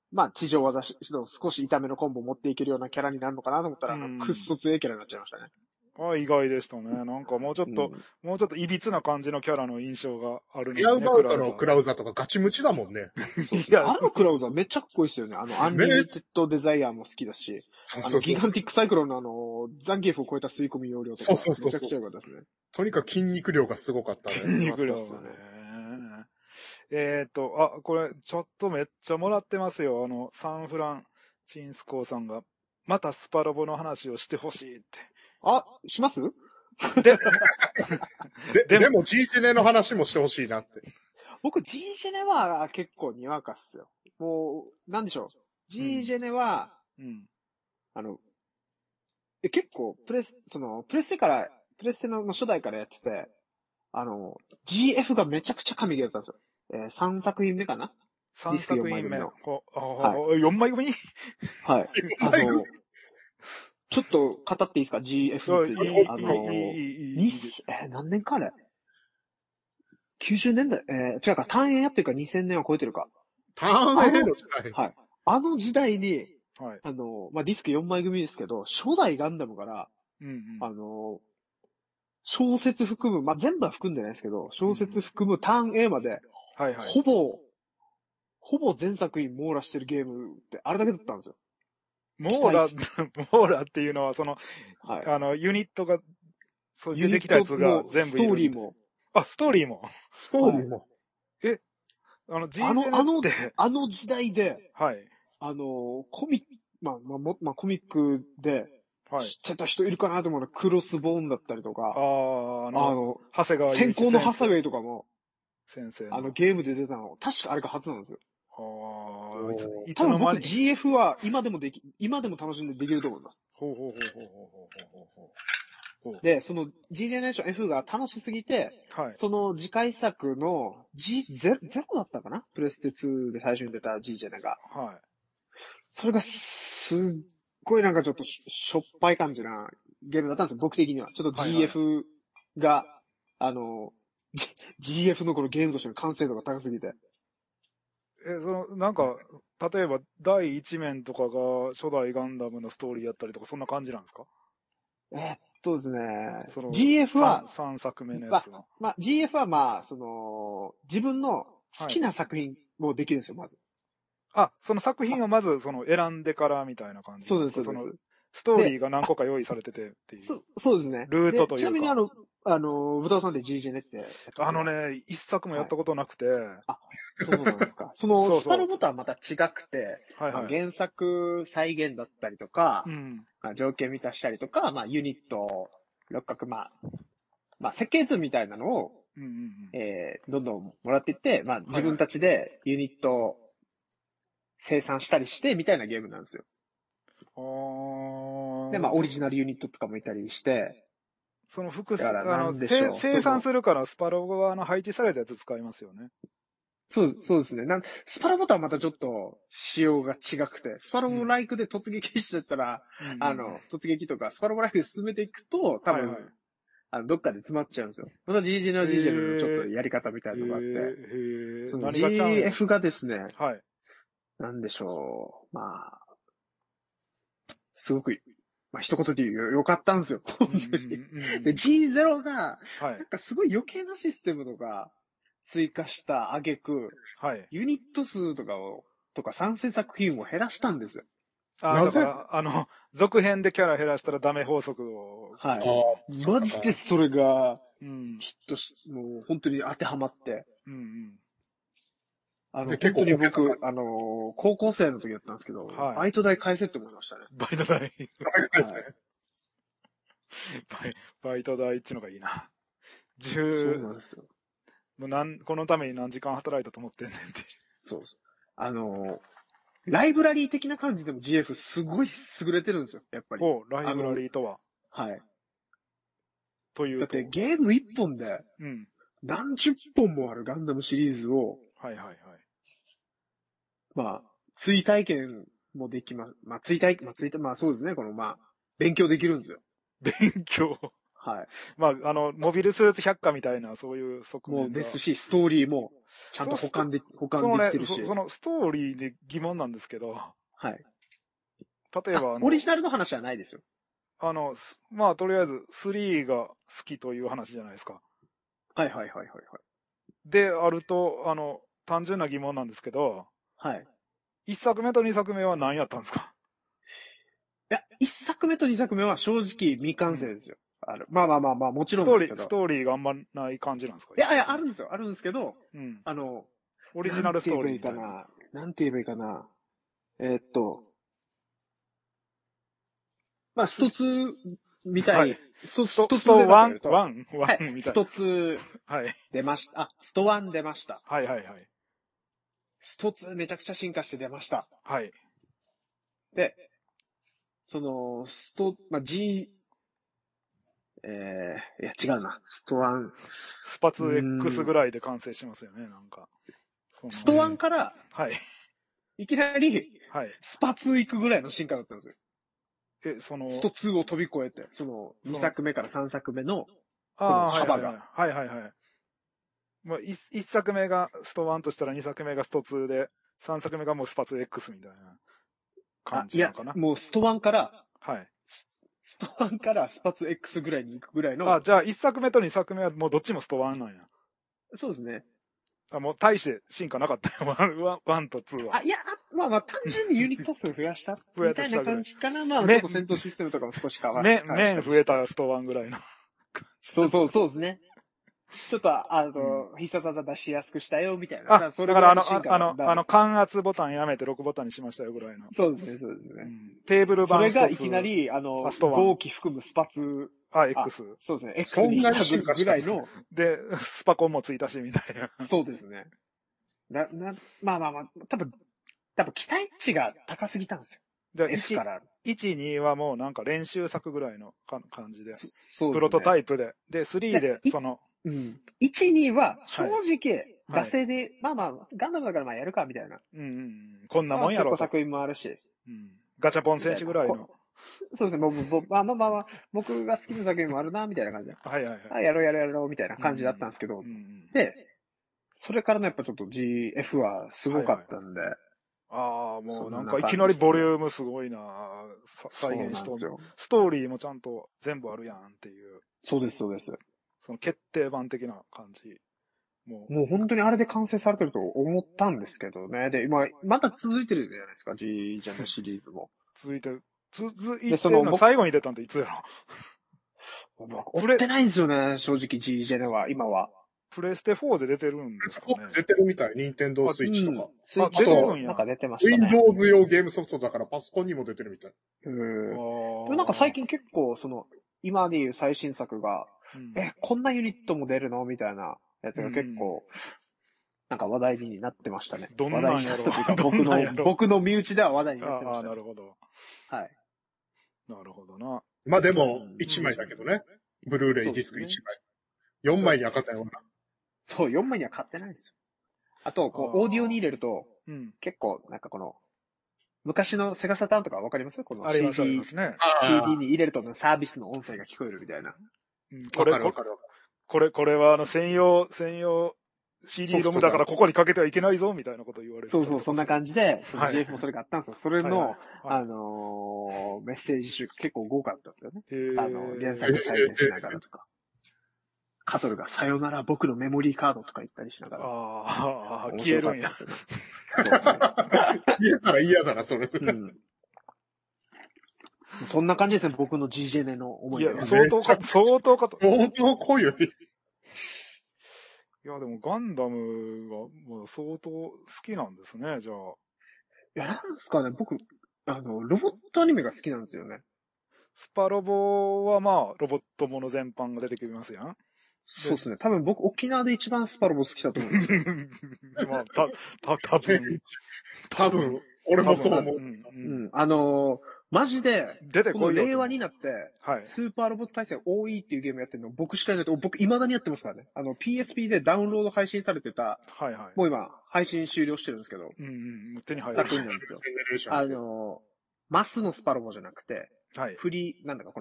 まあ、地上技の少し痛めのコンボを持っていけるようなキャラになるのかなと思ったら、うん、くっそ強いキャラになっちゃいましたね。 あ、意外でしたね。なんかもうちょっと、うん、もうちょっと歪な感じのキャラの印象があるので、ね。 リアウバウトのクラウザーとかガチムチだもんね。 いや、あのクラウザーめっちゃかっこいいですよね。あの、アンリミテッドデザイアも好きだし、そうそうそう、あの、ギガンティックサイクロンのあの、ザンギエフを超えた吸い込み容量とか、そうそうそうそうめちゃくちゃ良かったですね。 とにかく筋肉量がすごかったね。 筋肉量がね。えっと、あ、これ、ちょっとめっちゃもらってますよ。あの、サンフランチンスコーさんが、またスパロボの話をしてほしいって。 あ、しますで、で、でも G ジェネの話もしてほしいなって。 僕 G ジェネは結構にわかっすよ。もう、なんでしょう。G ジェネは、うん、うん、あの、え、結構、プレス、その、プレステから、プレステの初代からやってて、あの、ジーエフ がめちゃくちゃ神ゲーだったんですよ。えー、さんさく品目かな ? さん 作品目の。はい、よんまい組はい。あの、ちょっと語っていいですか ?ジーエフ について。あの、に、えー、何年かあれ ?きゅうじゅう 年代、えー、違うか、単円やってるかにせんねんは超えてるか。 単円の時代はい。あの時代に、はい、あの、まあ、ディスクよんまい組ですけど、初代ガンダムから、うんうん、あの、小説含む、まあ、全部は含んでないですけど、小説含むターン A まで、はいはい、ほぼ、ほぼ全作品網羅してるゲームってあれだけだったんですよ。 網羅、網羅っていうのは、その、はい、あの、ユニットが、そう出てきたやつが全部いる。 ストーリーも。 あ、ストーリーも。 ストーリーも。 はい、え、あの、G ジェネって。 あの、あの、あの時代で、 はい。 あの、コミック、まあ、まあ、まあ、コミックで、知ってた人いるかなと思うのは、クロスボーンだったりとか、ああ、あの、あの長谷川先行のハサウェイとかも、 先生あの、ゲームで出たの、確かあれが初なんですよ。 ああ、いつ、 いつの間に。多分僕 ジーエフ は今でもでき、今でも楽しんでできると思います。 ほうほうほうほうほうほうほう。で、その G ジェネレーション F が楽しすぎて、はい、その次回作の G ゼロ、ゼロだったかなプレステツーで最初に出た G ジェネが。はい。それがすっごいなんかちょっとしょっぱい感じなゲームだったんですよ、僕的には。ちょっと ジーエフ が、はいはい、あの、ジーエフ のこのゲームとしての完成度が高すぎて。 え、その、なんか、例えば、第一面とかが初代ガンダムのストーリーやったりとか、そんな感じなんですか？ えっとですね、ジーエフ は、 さんさくめのやつは。 まあ、まあ、ジーエフ はまあ、その、自分の好きな作品もできるんですよ、まず。 あ、その作品をまず、その、選んでからみたいな感じそうです、そうです。 ストーリーが何個か用意されててっていう。 そそうですね。 ルートというか。 ちなみにあの、あの、ブタさんって G ジェネって。 あのね、一作もやったことなくて。はい、 あ、そうなんですか。その、そうそうスパロボとはまた違くて、はいはい、まあ、原作再現だったりとか、うんまあ、条件満たしたりとか、まあ、ユニット、六角、まあ、まあ、設計図みたいなのを、うんうんうんえー、どんどんもらっていって、まあ、自分たちでユニットを生産したりして、みたいなゲームなんですよ。 あで、まあ、オリジナルユニットとかもいたりして、 その複数、あの、生産するからスパロボはあの配置されたやつ使いますよね。 そう、そうですね。なんスパロボとはまたちょっと仕様が違くて、スパロボライクで突撃してたら、うん、あの、突撃とか、スパロボライクで進めていくと、多分、はいはい、あの、どっかで詰まっちゃうんですよ。また ジージェネの ジージェネのちょっとやり方みたいなのがあって、えー、その ジーエフ がですね、はい。なんでしょう。まあ、すごく、まあ、一言で言うよかったんですよ。本当に。で、ジーゼロ が、なんかすごい余計なシステムとか追加した挙句、はい、ユニット数とかを、とか賛成作品を減らしたんですよ。 あ、だから、あの、続編でキャラ減らしたらダメ法則を。 はい。マジでそれが、ヒットし、もう本当に当てはまって。うんうんあの、本当に僕、あの、高校生の時だったんですけど、はい、バイト代返せって思いましたね。 バイト代。バイト代ですね。バイ、バイト代っていうのがいいな。十、そうなんですよ。もうなん、このために何時間働いたと思ってんねんって。 そうです。あの、ライブラリー的な感じでも ジーエフ すごい優れてるんですよ、やっぱり。 おライブラリーとは。 はい。 というと。 だってゲーム一本で、うん。何十本もあるガンダムシリーズを、 はいはいはい。 まあ、追体験もできます。まあ、追体、まあ、追体、まあそうですね、この、まあ、勉強できるんですよ。 勉強ははい。 まあ、あの、モビルスーツ百科みたいな、そういう側面もうですし、ストーリーも、ちゃんと保管で、保管できてるし。 そのね、そのストーリーで疑問なんですけど。 はい。 例えば、 あの、オリジナルの話はないですよ。 あの、まあ、とりあえず、スリーが好きという話じゃないですか。 はいはいはいはい、はい。 で、あると、あの、単純な疑問なんですけど。 はい。 一作目と二作目は何やったんですか？ いや、一作目と二作目は正直未完成ですよ。うん、ある。まあまあまあまあ、もちろんですけど。 ストーリー、ストーリーがあんまない感じなんですか？ いやいや、あるんですよ。あるんですけど、 うん。 あの、 オリジナルストーリーみたいな。なんて言えばいいかな。なんて言えばいいかな。えー、っと、まあ、ストツーみたいに、はい、スト、ストツーでワン、ワン、ワンみたいな。 ストツー、はい。出ました。あ、ストワン出ました。 はいはいはい。 ストツーめちゃくちゃ進化して出ました。 はい。 で、その、スト、まあ、G、えー、いや違うな。ストワン。 スパツ X ぐらいで完成しますよね、なんか。 ストワンから、 はい。 いきなり、 はい。 スパツー行くぐらいの進化だったんですよ。 え、その、 ストツーを飛び越えて、その、にさくめからさんさくめの、 この幅が。はいはいはい。もういち作目がストワンとしたらに作目がストツーで、さん作目がもうスパツ X みたいな感じなのかな。 いや、もうストワンから、 はい。 ストワンからスパツ X ぐらいに行くぐらいの。 あ、じゃあいち作目とに作目はもうどっちもストワンなんや。 そうですね。 あ、もう大して進化なかったよ。ワンとツーは。 あ、いや、まあまあ単純にユニット数増やしたみたいな感じかな。まあちょっと戦闘システムとかも少し変わる。面、面増えたストワンぐらいの。 そうそうそうですね。ちょっと、あの、うん、必殺技出しやすくしたよ、みたいな。 あ、それだからあの、あの、あの、感圧ボタンやめてろくボタンにしましたよぐらいの。 そうですね、そうですね。うん、 テーブル版それがいきなり、あの、号機含むスパツ。 あ、X。 そうですね、X にしたぐらいの。 で、スパコンもついたし、みたいな。 そうですね。な、な、まあまあまあ、多分、多分期待値が高すぎたんですよ。じゃあ F から。 いち、にはもうなんか練習作ぐらいの感じで。そうですね。プロトタイプで。で、スリーで、その、 うん。いち、には、正直、惰性で、はい、まあまあ、ガンダムだからまあやるか、みたいな。 うんうん。こんなもんやろと。結構作品もあるし。 うん。ガチャポン選手ぐらいの。 そうですね、僕、僕、まあまあまあ、僕が好きな作品もあるな、みたいな感じで。 はいはいはい。 あ、やろうやろうやろう、みたいな感じだったんですけど。うんうん、で、それからのやっぱちょっと ジーエフ はすごかったんで。はいはい、 ああ、もうなんかいきなりボリュームすごいな、再現しとる。ストーリーもちゃんと全部あるやんっていう。 そうです、そうです。 その決定版的な感じ。 もう、もう本当にあれで完成されてると思ったんですけどね。で、今、また続いてるじゃないですか、G ジェネシリーズも。 続いてる。続いてるの最後に出たんっていつやろ？ 僕、追ってないんですよね、正直 G ジェネは、今は。 プレステフォーで出てるんですかね。 出てるみたい。ニンテンドースイッチとか。 うん、あ、出てるんや。なんか出てましたね。 Windows 用ゲームソフトだからパソコンにも出てるみたい。 うん。でもなんか最近結構、その、今でいう最新作が、うん、え、こんなユニットも出るのみたいなやつが結構、うん、なんか話題になってましたね。 どんなんやろう。 僕の、僕の身内では話題になってました、ね。 ああ、なるほど。 はい。 なるほどな。 まあでも、いちまいだけどね。ブルーレイディスクいちまい。よんまいには買ったような。 そう、よんまいには買ってないんですよ。あと、こう、オーディオに入れると、うん、結構、なんかこの、昔のセガサターンとかわかりますこの シーディー、ね、シーディー に入れるとサービスの音声が聞こえるみたいな。 うん、これ、これ、これ、これはあの専用、専用 シーディー ロムだからここにかけてはいけないぞみたいなこと言われる。 そうそう、そんな感じで、その ジーエフ もそれがあったんですよ。それの、はいはいはい、あのー、メッセージ集結構豪華だったんですよね。あの、原作再現しながらとか。カトルがさよなら僕のメモリーカードとか言ったりしながら。 ああ、消えるんや。 そうですね。消えたら嫌だな、それ。うん。 そんな感じですね、僕の G ジェネの思い出。 いや、相当か、相当かと。 相当濃いよ。 いや、でもガンダムがもう相当好きなんですね、じゃあ。 いや、なんですかね、僕、あの、ロボットアニメが好きなんですよね。 スパロボはまあ、ロボットもの全般が出てきますやん。 そうですね。多分僕、沖縄で一番スパロボ好きだと思うんですよ。 まあ、た、た、多分。 多分。俺もそう思う。 うん。うん、あのー、マジで、出てこいよ。令和になって、はい、スーパーロボット対戦 オーイー っていうゲームやってるの僕しかいないと、僕未だにやってますからね。あの、ピーエスピー でダウンロード配信されてた、はいはい。もう今、配信終了してるんですけど、 うんうん、手に入る。 作品なんですよ。あのー、マスのスパロボじゃなくて、はい。フリー、なんだかこの、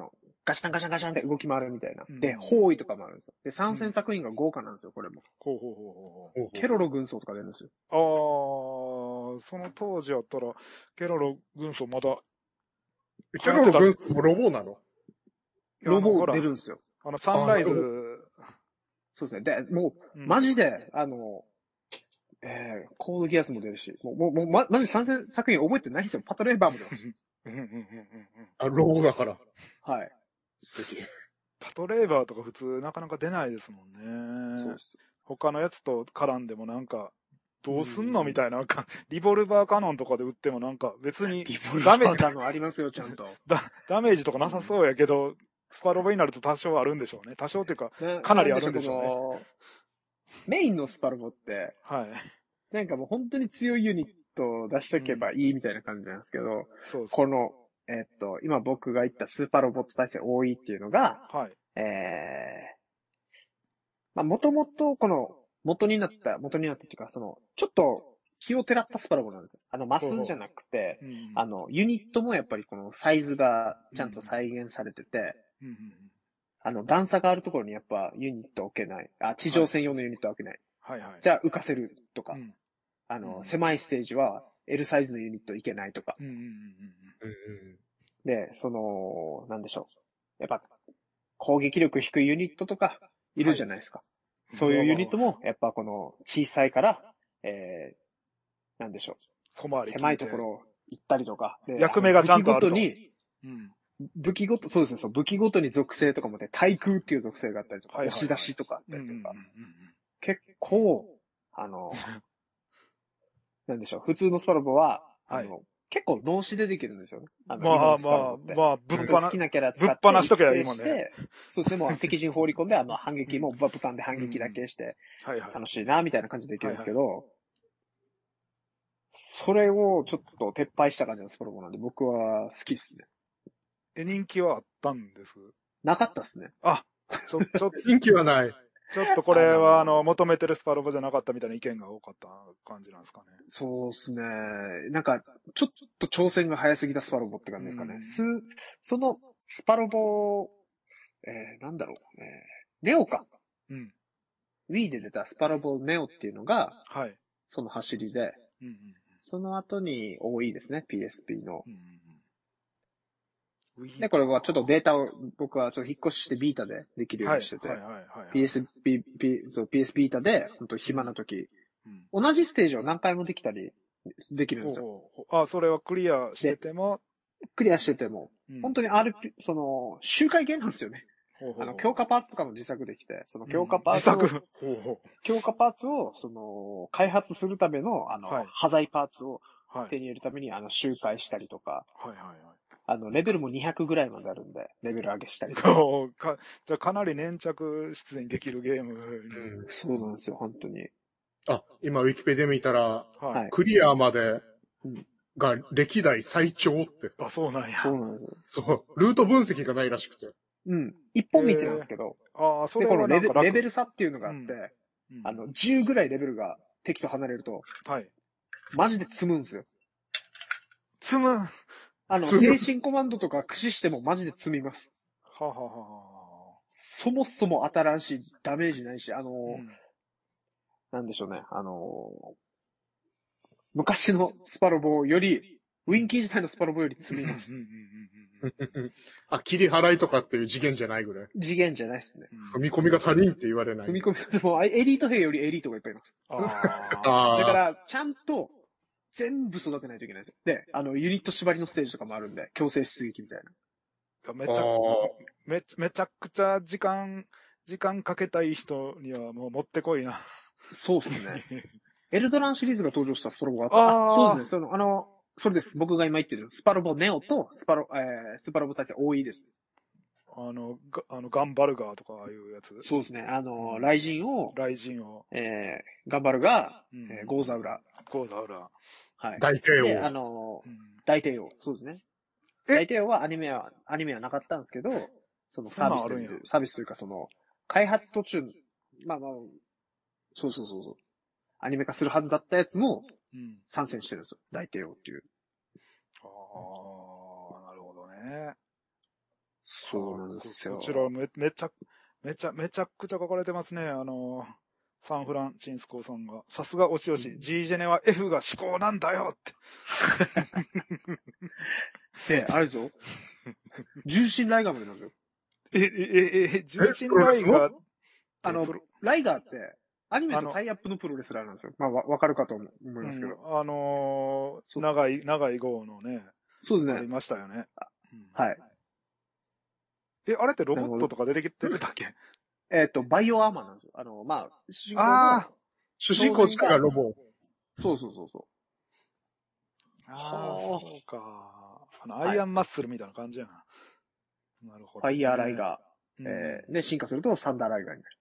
ガシャンガシャンガシャンって動き回るみたいな。うん、で、包囲とかもあるんですよ。で、参戦作品が豪華なんですよ、これも。 ほうほうほうほうほう。 ケロロ軍曹とか出るんですよ。 あー、その当時やったら、ケロロ軍曹まだ。 ケロロ軍曹もロボなの？ ロボ出るんですよ。 あの、サンライズ。 そうですね。で、もう、うん、マジで、あの、えー、コードギアスも出るし、もう、もう、もうま、マジ参戦作品覚えてないんですよ。パトレーバーも出るし。 あ、ロボだから。 はい。 すげえ。 パトレーバーとか普通なかなか出ないですもんね。そうです。他のやつと絡んでもなんか、どうすんのみたいな、リボルバーカノンとかで撃ってもなんか別にダメージありますよ、ちゃんと。 ダ、ダメージとかなさそうやけど、スパロボになると多少あるんでしょうね。多少っていうか、かなりあるんでしょうね。 メインのスパロボって、はい。なんかもう本当に強いユニットを出しとけばいいみたいな感じなんですけど、うん、そうです。この、えー、っと、今僕が言ったスーパーロボット体制多いっていうのが、はい。えー、まあもともとこの元になった、元になったっていうか、その、ちょっと気をてらったスパロボなんですよ。あの、マスじゃなくて、うん、あの、ユニットもやっぱりこのサイズがちゃんと再現されてて、うんうんうん、あの、段差があるところにやっぱユニット置けない。あ、地上専用のユニットは置けない。はいはい。じゃあ浮かせるとか、うん、あの、うん、狭いステージは L サイズのユニットいけないとか。うんうんうんうん、で、その、なんでしょう。やっぱ、攻撃力低いユニットとかいるじゃないですか。はい、そういうユニットも、やっぱこの小さいから、えー、なんでしょう。狭いところ行ったりとか。 役目がちゃんとあると。 武器ごとに、うん、武器ごと、そうですね、そう、武器ごとに属性とかもね、対空っていう属性があったりとか、押し出しとかあったりとか。結構、あの、なんでしょう、普通のスパロボは、あの、はい、結構脳死でできるんですよね。あの、 まあまあ、まあ、ぶっ放好きなキャラ使って、 ぶっ放しとけばいいもんね。 そうですね、もう敵陣放り込んで、あの、反撃もボタンで反撃だけして、楽しいな、みたいな感じでできるんですけど、はいはい、それをちょっと撤廃した感じのスパロボなんで、僕は好きっすね。 え、人気はあったんです？ なかったっすね。 あ、ちょ、ちょっと。 人気はない。 ちょっとこれは、あの、求めてるスパロボじゃなかったみたいな意見が多かった感じなんですかね。 そうですね。なんか、ちょっと挑戦が早すぎたスパロボって感じですかね。うん、す、その、スパロボ、えー、なんだろう、えー、ネオか。うん。Wii で出たスパロボネオっていうのが、はい。その走りで、うんうんうん、その後に多いですね、ピーエスピー の。うんうんで、これはちょっとデータを僕はちょっと引っ越ししてビータでできるようにしてて、ピーエスピー、そう、ピーエス ビータで、本当暇な時、うん、同じステージを何回もできたりできるんですよ。 ほうほうあ、それはクリアしててもクリアしてても、うん、本当に アールピー、その、周回ゲーなんですよね。ほうほうほうあの、強化パーツとかも自作できて、その強化パーツを、うん、自作ほうほう強化パーツを、その、開発するための、あの、はい、端材パーツを手に入れるために、あの、周回したりとか、はいはいはい。あの、レベルもにひゃくぐらいまであるんで、レベル上げしたりとか。かじゃあかなり粘着出演できるゲーム、 うん。そうなんですよ、本当に。 あ、今ウィキペディア見たら、はい、クリアまでが歴代最長って。 あ、そうなんや。 そうなんですよ。 そう。ルート分析がないらしくて。 うん。一本道なんですけど。ああ、それはで、このレベレベル差っていうのがあって、うんうん、あの、じゅうぐらいレベルが敵と離れると、はい。マジで積むんですよ。 積むあの、精神コマンドとか駆使してもマジで積みます。ははははそもそも新しいダメージないし、あの、うん、なんでしょうね、あの、昔のスパロボより、ウィンキー自体のスパロボより積みます。 あ、切り払いとかっていう次元じゃないぐらい。 次元じゃないっすね。 踏み込みが足りんって言われない。 踏み込み、でも、エリート兵よりエリートがいっぱいいます。あだから、ちゃんと、全部育てないといけないんですよ。で、あの、ユニット縛りのステージとかもあるんで、強制出撃みたいな。 めちゃ、め、めちゃくちゃ時間、時間かけたい人にはもう持ってこいな。 そうですね。エルドランシリーズが登場したスパロボがあった。あそうですね。その、あの、それです。僕が今言ってるスパロボネオとスパロ、えー、スパロボ対戦多いです。 あの、があの、ガンバルガーとかああいうやつ。 そうですね。あの、うん、ライジンを、 ライジンを、 えー、ガンバルガー、うんえー、ゴーザウラ。 ゴーザウラ。 はい。大帝王。 で、あの、うん、大帝王。そうですね。大帝王はアニメは、アニメはなかったんですけど、そのサービスで、サービスというかその、開発途中、まあまあ、そうそうそうそう。アニメ化するはずだったやつも、参戦してるんですよ。大帝王っていう。 ああ、なるほどね。 そうなんですよ。 こちらめ、めちゃ、めちゃ、めちゃくちゃ書かれてますね。あの、サンフランチンスコーさんが。さすがおしおし、うん、G ジェネは F が思考なんだよって。 で、あれですよ。重心ライガーまでなんですよ。 え、え、え、え、重心ライガーあの、ライガーって、アニメとタイアップのプロレスラーなんですよ。まあ、わ、わかるかと思いますけど。 うん、あのー、長い、長い号のね。 そうですね。 ありましたよね。 うん、はい。 え、あれってロボットとか出てきてたっけ？ えっと、バイオアーマーなんですよ。あの、まあ、 主人公の。主人公自体がロボ。 そうそうそうそう。 ああ、そうか。あの、アイアンマッスルみたいな感じやな。はい、なるほど、 ね。ファイヤーライガー。うん、えー、で、進化するとサンダーライガーになる。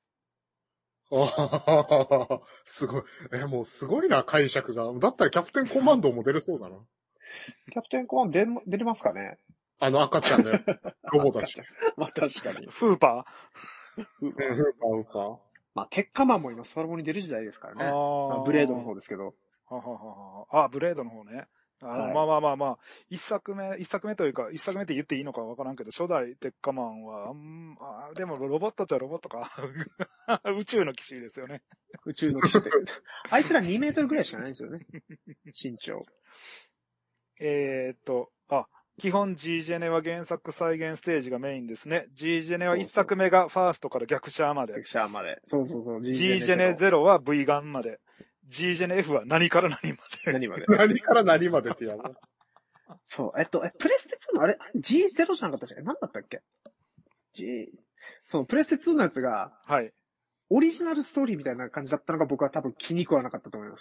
ああ、すごい。え、もうすごいな、解釈が。だったらキャプテンコマンドも出れそうだな。 キャプテンコマンド出、出れますかね？ あの赤ちゃんね。ロボたち。 まあ確かに。 フーパーフーパー、フーパー、フーパー。 まあ、鉄火マンも今スパロボに出る時代ですからね。あ、まあ、ブレードの方ですけど。 ははははあ、ブレードの方ね。あの、はい、まあまあまあまあ、一作目、一作目というか、一作目って言っていいのかわからんけど、初代鉄火マンは、んあでもロボットっちゃロボットか。宇宙の騎士ですよね。 宇宙の騎士って。あいつらにメートルぐらいしかないんですよね。身長。 えーっと、あ、基本 G ジェネは原作再現ステージがメインですね。G ジェネはいっさくめがファーストから逆シャアまで。 逆シャアまで。そうそうそう。 G ジェネゼロは V ガンまで。G ジェネ F は何から何まで。 何まで。 何から何までってやる。 そう。えっと、え、プレステツーのあれ ジーゼロ じゃなかったっけ？何だったっけ？ G、そのプレステツーのやつが、 はい。 オリジナルストーリーみたいな感じだったのが僕は多分気に食わなかったと思います。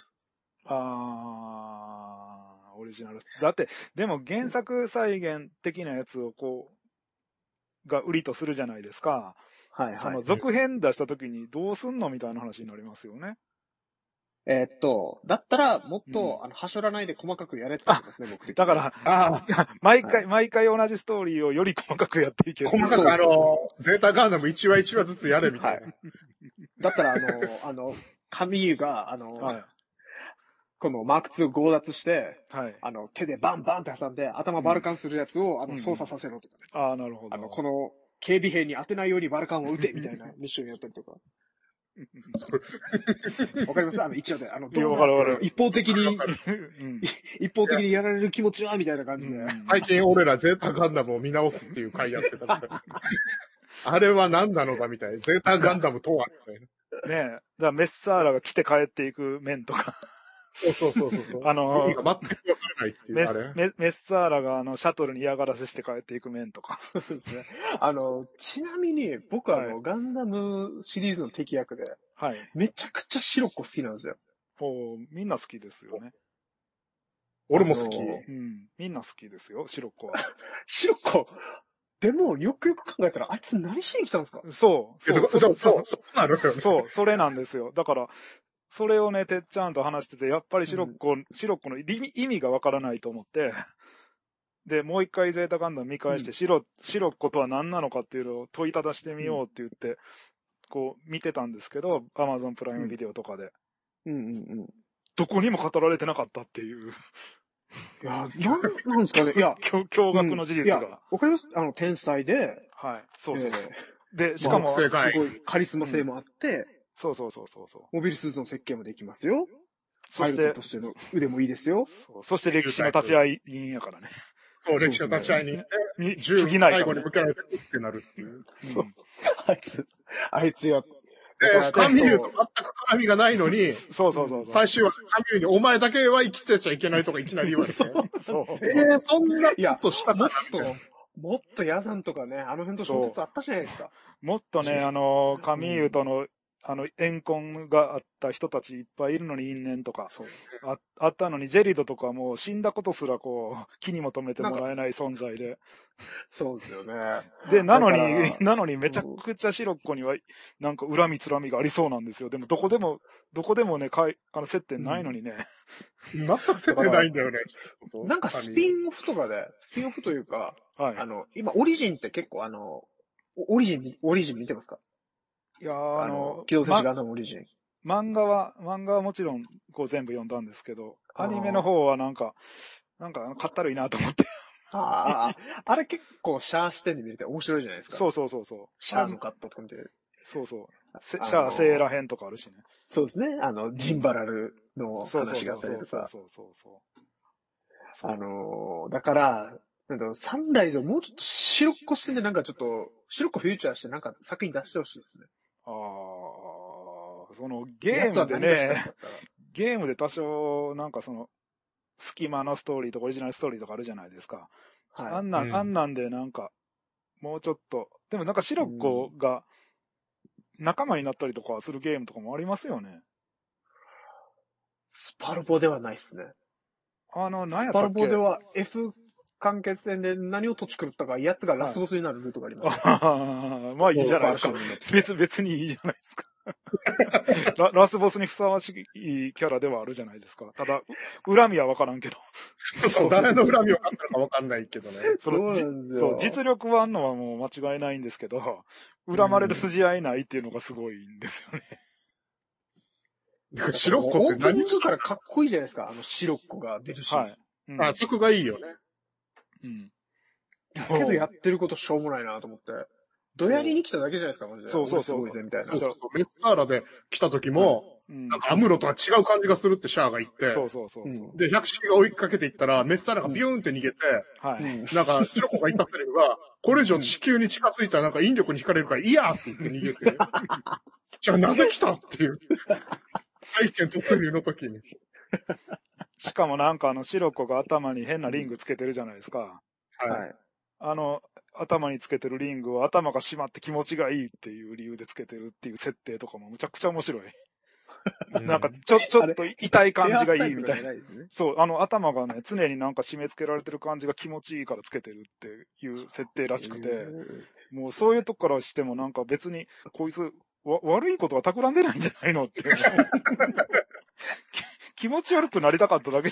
あー、オリジナル。だって、でも原作再現的なやつをこう、が売りとするじゃないですか。 はいはい。 その続編出した時にどうすんのみたいな話になりますよね。 えー、っと、だったら、もっと、うん、あの、はしょらないで細かくやれってことですね、僕的に。 だから、あ毎回、はい、毎回同じストーリーをより細かくやっていける。 細かく、あの、ゼータガンダムいちわいちわずつやれみたいな。はい、 だったら、あの、あの、カミユが、あの、はい、このマークツーを強奪して、はい、あの、手でバンバンって挟んで、頭バルカンするやつを、うん、あの、操作させろとかね。 うん、ああ、なるほど。 あの、この、警備兵に当てないようにバルカンを撃てみたいなミッションやったりとか。わかりますあの、一話で。あの、どうわかるわかる。 一方的に、うん、一方的にやられる気持ちはみたいな感じで。うん、 最近俺らゼータガンダムを見直すっていう回やってた。あれは何なのかみたいな。ゼータガンダムとはみたいな。ねえ。だからメッサーラが来て帰っていく面とか。 そうそうそうそう。 あの、 意味が全くわからないっていう、あれ。 メ, メッサーラがあの、シャトルに嫌がらせして帰っていく面とか。 そうですね。あの、ちなみに、僕はあの、はい、ガンダムシリーズの敵役で、はい。めちゃくちゃシロッコ好きなんですよ。 おー、みんな好きですよね。 俺も好き。 うん。みんな好きですよ、シロッコは。 シロッコでも、よくよく考えたら、あいつ何しに来たんですか？ そう。 そう、そう、そう、そう、そうなるよね。 そう、それなんですよ。だから、それをね、てっちゃんと話してて、やっぱりシロッコ、うん、シロッコの意味がわからないと思って、で、もう一回ゼータガンダム見返して、うん、シロ、シロッコとは何なのかっていうのを問いただしてみようって言って、うん、こう、見てたんですけど、アマゾンプライムビデオとかで。 うんうんうんうん。 どこにも語られてなかったっていう。 いや、なんなんですかね。いや、 驚愕の事実が。うん、 わかりますあの、天才で。 はい。そうそうそう。えー、で、しかも、 すごいカリスマ性もあって、うん、 そうそうそうそうそう。 モビルスーツの設計もできますよ。 そして、 パイロットとしての腕もいいですよ。 そう。そして歴史の立ち会い人やからね。 そう、歴史の立ち会いに、 に、銃最後に向けられてるってなるっていう。 そう。あいつ、あいつや、 えー、カミューと全く絡みがないのに、 そうそうそう。 最終はカミューにお前だけは生きてちゃいけないとかいきなり言われて。そう。 そうえー、そんなことしたもっと、もっとヤザンとかね、あの辺と衝突あったじゃないですか。 もっとね、あの、カミーユとの、あの、怨恨があった人たちいっぱいいるのに因縁とか、あ, あったのに、ジェリドとかも死んだことすらこう、気にも留めてもらえない存在で。 そうですよね。 で、なのに、なのにめちゃくちゃシロッコには、なんか恨みつらみがありそうなんですよ。でも、どこでも、どこでもね、かい、あの、接点ないのにね。 うん、全く接点ないんだよね。 なんかスピンオフとかで、スピンオフというか、はい、あの、今、オリジンって結構あの、オリジン、オリジン見てますか？ いやー、あの、 機動戦士ガンダムオリジン。 漫画は、漫画はもちろん、こう全部読んだんですけど、アニメの方はなんか、なんか、かったるいなと思って。 ああ、あれ結構シャア視点で見れて面白いじゃないですか。 そうそうそうそう。 シャアのカットとか見て。 そうそう。シャア、セーラ編とかあるしね。 そうですね。あの、ジンバラルの話があったりとか。 そうそうそうそう。あのー、だから、なんだろう、サンライズをもうちょっと白っこしてね、なんかちょっと、白っこフューチャーしてなんか作品出してほしいですね。 ああ、そのゲームでね、ゲームで多少なんかその、隙間のストーリーとかオリジナルストーリーとかあるじゃないですか。はい。あんなん、うん、あんなんでなんか、もうちょっと、でもなんか白っこが仲間になったりとかするゲームとかもありますよね。 スパルボではないっすね。 あの、何やったっけ？ スパルボでは F 完結戦で何を土地狂ったか、奴がラスボスになるルートがあります、ね。 はい、まあいいじゃないですか。別、別にいいじゃないですか。ラ, ラスボスにふさわしいキャラではあるじゃないですか。ただ、恨みはわからんけど。 そうそう、誰の恨みはあったかわかんないけどね。 そのそうなんですよ。そう、実力はあんのはもう間違いないんですけど、恨まれる筋合いないっていうのがすごいんですよね。 だから白っこって何？ オープニングからかっこいいじゃないですか、あの白っこが出るし。はい。 うん、あ、そこがいいよね。 うん。だけどやってることしょうもないなと思って。どやりに来ただけじゃないですか、マジで。 そうそうそう。 すごいぜ、みたいな。 そうそうそう。メッサーラで来た時も、うん、なんかアムロとは違う感じがするってシャアが言って。 そうそうそうそう。 で、百式が追いかけていったら、メッサーラがビューンって逃げて、うん、はい。なんか、白子が言ったセリフが、これ以上地球に近づいたらなんか引力に惹かれるから嫌って言って逃げて。じゃあなぜ来たっていう。体験突入の時に。 しかもなんかあの白子が頭に変なリングつけてるじゃないですか。 はい。 あの、頭につけてるリングは頭が締まって気持ちがいいっていう理由でつけてるっていう設定とかもむちゃくちゃ面白い。うん、なんかちょ、ちょっと痛い感じがいいみたいな。ね、そう、あの頭がね、常になんか締め付けられてる感じが気持ちいいからつけてるっていう設定らしくて、もうそういうとこからしてもなんか別にこいつわ悪いことは企んでないんじゃないのって。気持ち悪くなりたかっただけ。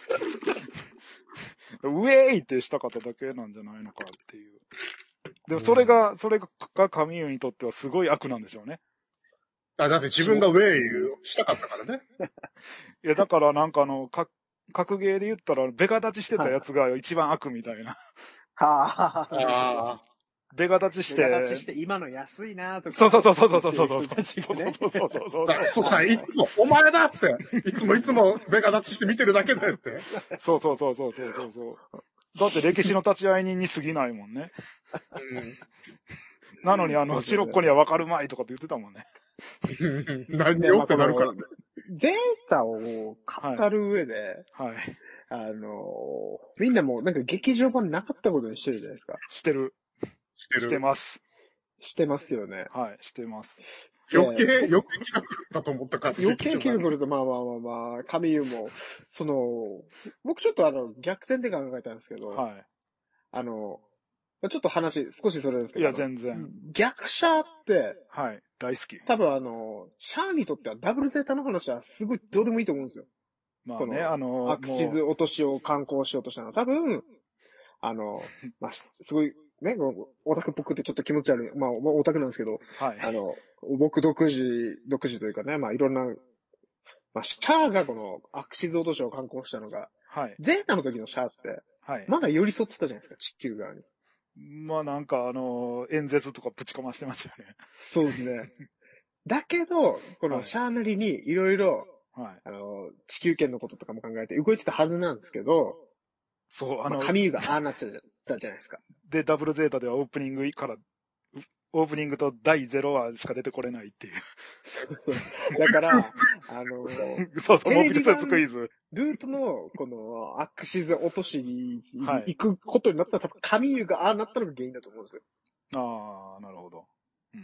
ウェーイってしたかっただけなんじゃないのかっていう。でもそれが、うん、それがカミューにとってはすごい悪なんでしょうね。 あ、だって自分がウェイしたかったからね。 いや、だからなんかあの、か格ゲーで言ったら、ベガ立ちしてたやつが一番悪みたいな。 はあ。ベガ立ちして。 ベガ立ちして今の安いなとか。 そうそうそうそうそうそうそう。そうそうそうそうそう。そうさ、いつも、お前だって。いつもいつもベガ立ちして見てるだけだよって。 そうそうそうそうそうそうそう。だって歴史の立ち会い人に過ぎないもんね。うん、なのにあの、白っ子には分かるまいとかって言ってたもんね。 何をってなるからね。 ゼータを語る上で、はい。はい、あのー、みんなもなんか劇場版なかったことにしてるじゃないですか。 してる。 してる。 してます。 してますよね。 はい、してます。 余計、余計だと思ったから。 余計気分くると、まあまあまあまあ、神優も、その、僕ちょっとあの、逆転で考えたんですけど、はい。あの、ちょっと話、少しそれですけど。 いや、全然。 逆者って、 はい、大好き。 多分あの、シャアにとってはダブルゼータの話はすごいどうでもいいと思うんですよ。 まあね、あの、 アクシズ落としを観光しようとしたのは、多分、あの、まあ、すごい、ね、オタクっぽくてちょっと気持ち悪い。まあ、オタクなんですけど、はい。あの、僕独自、独自というかね、まあいろんな、まあ、シャアがこのアクシズ落としを観光したのが、はい。ゼータの時のシャアって、はい。まだ寄り添ってたじゃないですか、地球側に。 まあなんかあの、演説とかぶちかましてましたよね。 そうですね。だけど、このシャアなりにいろいろ、はい。あの、地球圏のこととかも考えて動いてたはずなんですけど、そう、あの、まあ、神優がああなっちゃったじゃないですか。 で、ダブルゼータではオープニングから、オープニングとだいゼロ話しか出てこれないっていう。 だから、あの、 そうそう、モビルスーツクイズ。 ルートの、この、アクシズ落としに行くことになったら、はい、多分神優がああなったのが原因だと思うんですよ。 ああ、なるほど。うん。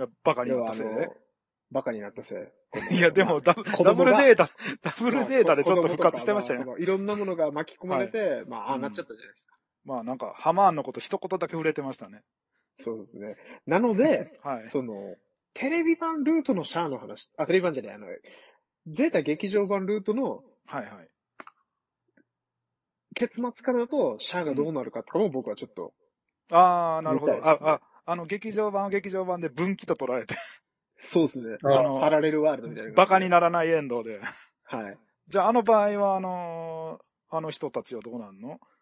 バカになったせいで。 バカになったせい。 いや、でもダ、ダブルゼータ、ダブルゼータでちょっと復活してましたよ。 まあ、いろんなものが巻き込まれて、はい、まあ、ああなっちゃったじゃないですか。 うん、まあ、なんか、ハマーンのこと一言だけ触れてましたね。 そうですね。なので、はい、その、テレビ版ルートのシャアの話、あ、テレビ版じゃない、あの、ゼータ劇場版ルートの、はいはい。結末からだと、シャアがどうなるかとかも僕はちょっと、 うん、ああ、なるほど。あ、あ、あの、劇場版は劇場版で分岐と捉えて。 そうですね。あの、パラレルワールドみたいな。 バカにならないエンドで。 はい。 じゃあ、あの場合は、あの、あの人たちはどうなんの？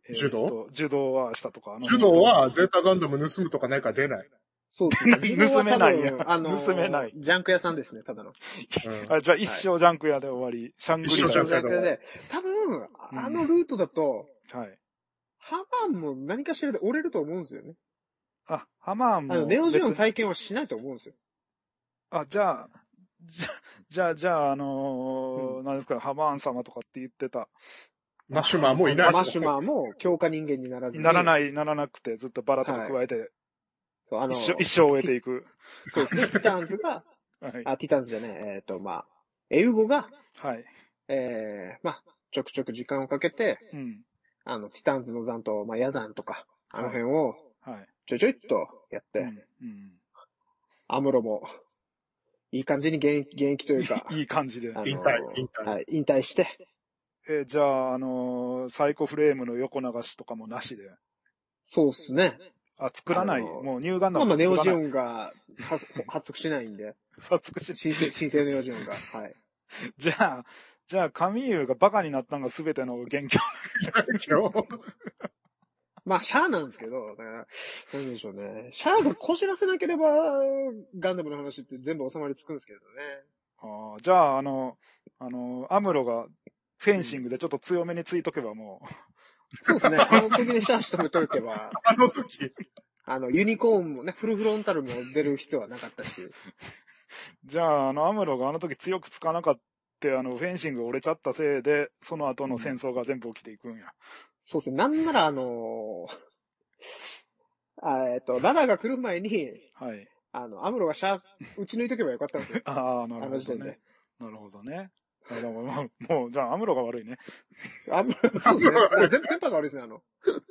えー、 柔道柔道はしたとか。 柔道はゼータガンダム盗むとかないから出ない。 そうですね。 盗めないや。 あのー、 盗めない。 ジャンク屋さんですね、ただの。 うん、あじゃあ一生ジャンク屋で終わり。はい、シャングリラ。 一生ジャンク屋で。多分、あのルートだと、 うん、はい。 ハマーンも何かしらで折れると思うんですよね。 あ、ハマーンも。 あの、ネオジオン再建はしないと思うんですよ。 あ、じゃあ、じゃ、じゃあ、じゃあ、あのー、うん、何ですか、ハマーン様とかって言ってた。 マシュマーもいない。 マシュマーも強化人間にならずに。 ならない、ならなくて、ずっとバラとか加えて、はい、そうあの一生、一生終えていく。 そうですね。ティターンズが、はい、あ、ティターンズじゃねえ、えっ、ー、と、まあ、エウゴが、 はい。 えー、まあ、ちょくちょく時間をかけて、 うん、 あの、ティターンズの残党、まあ、ヤザンとか、あの辺を、はい。ちょいちょいっとやって、うんうん、アムロも、いい感じに現役、現役というか、 いい感じで。 引退、引退。はい、引退して。 えー、じゃあ、あのー、サイコフレームの横流しとかもなしで。 そうっすね。 あ、作らない。もうニューガンダムまあまあ、ネオジオンが発足しないんで。 発足しない。 新生、新生ネオジオンが。はい。 じゃあ、じゃあ、カミーユがバカになったのが全ての元凶。元凶まあ、シャアなんですけど、だから、なんでしょうね。シャアがこじらせなければ、ガンダムの話って全部収まりつくんですけどね。 ああ、じゃあ、あの、あの、アムロがフェンシングでちょっと強めについとけばもう。 そうですね。あの時にシャア仕留めとけば。 あの時。 あの、ユニコーンもね、フルフロンタルも出る必要はなかったし。 じゃあ、あの、アムロがあの時強くつかなかった、あの、フェンシング折れちゃったせいで、その後の戦争が全部起きていくんや。うん、 そうですね。なんなら、あのー、あえっと、ララが来る前に、はい。あの、アムロがシャー、打ち抜いとけばよかったんですよ。 ああ、なるほどね。あの時点で。なるほどね。あでも、もう、もう、じゃあ、アムロが悪いね。 アムロ、そうですね。全部テンパが悪いですね、あの。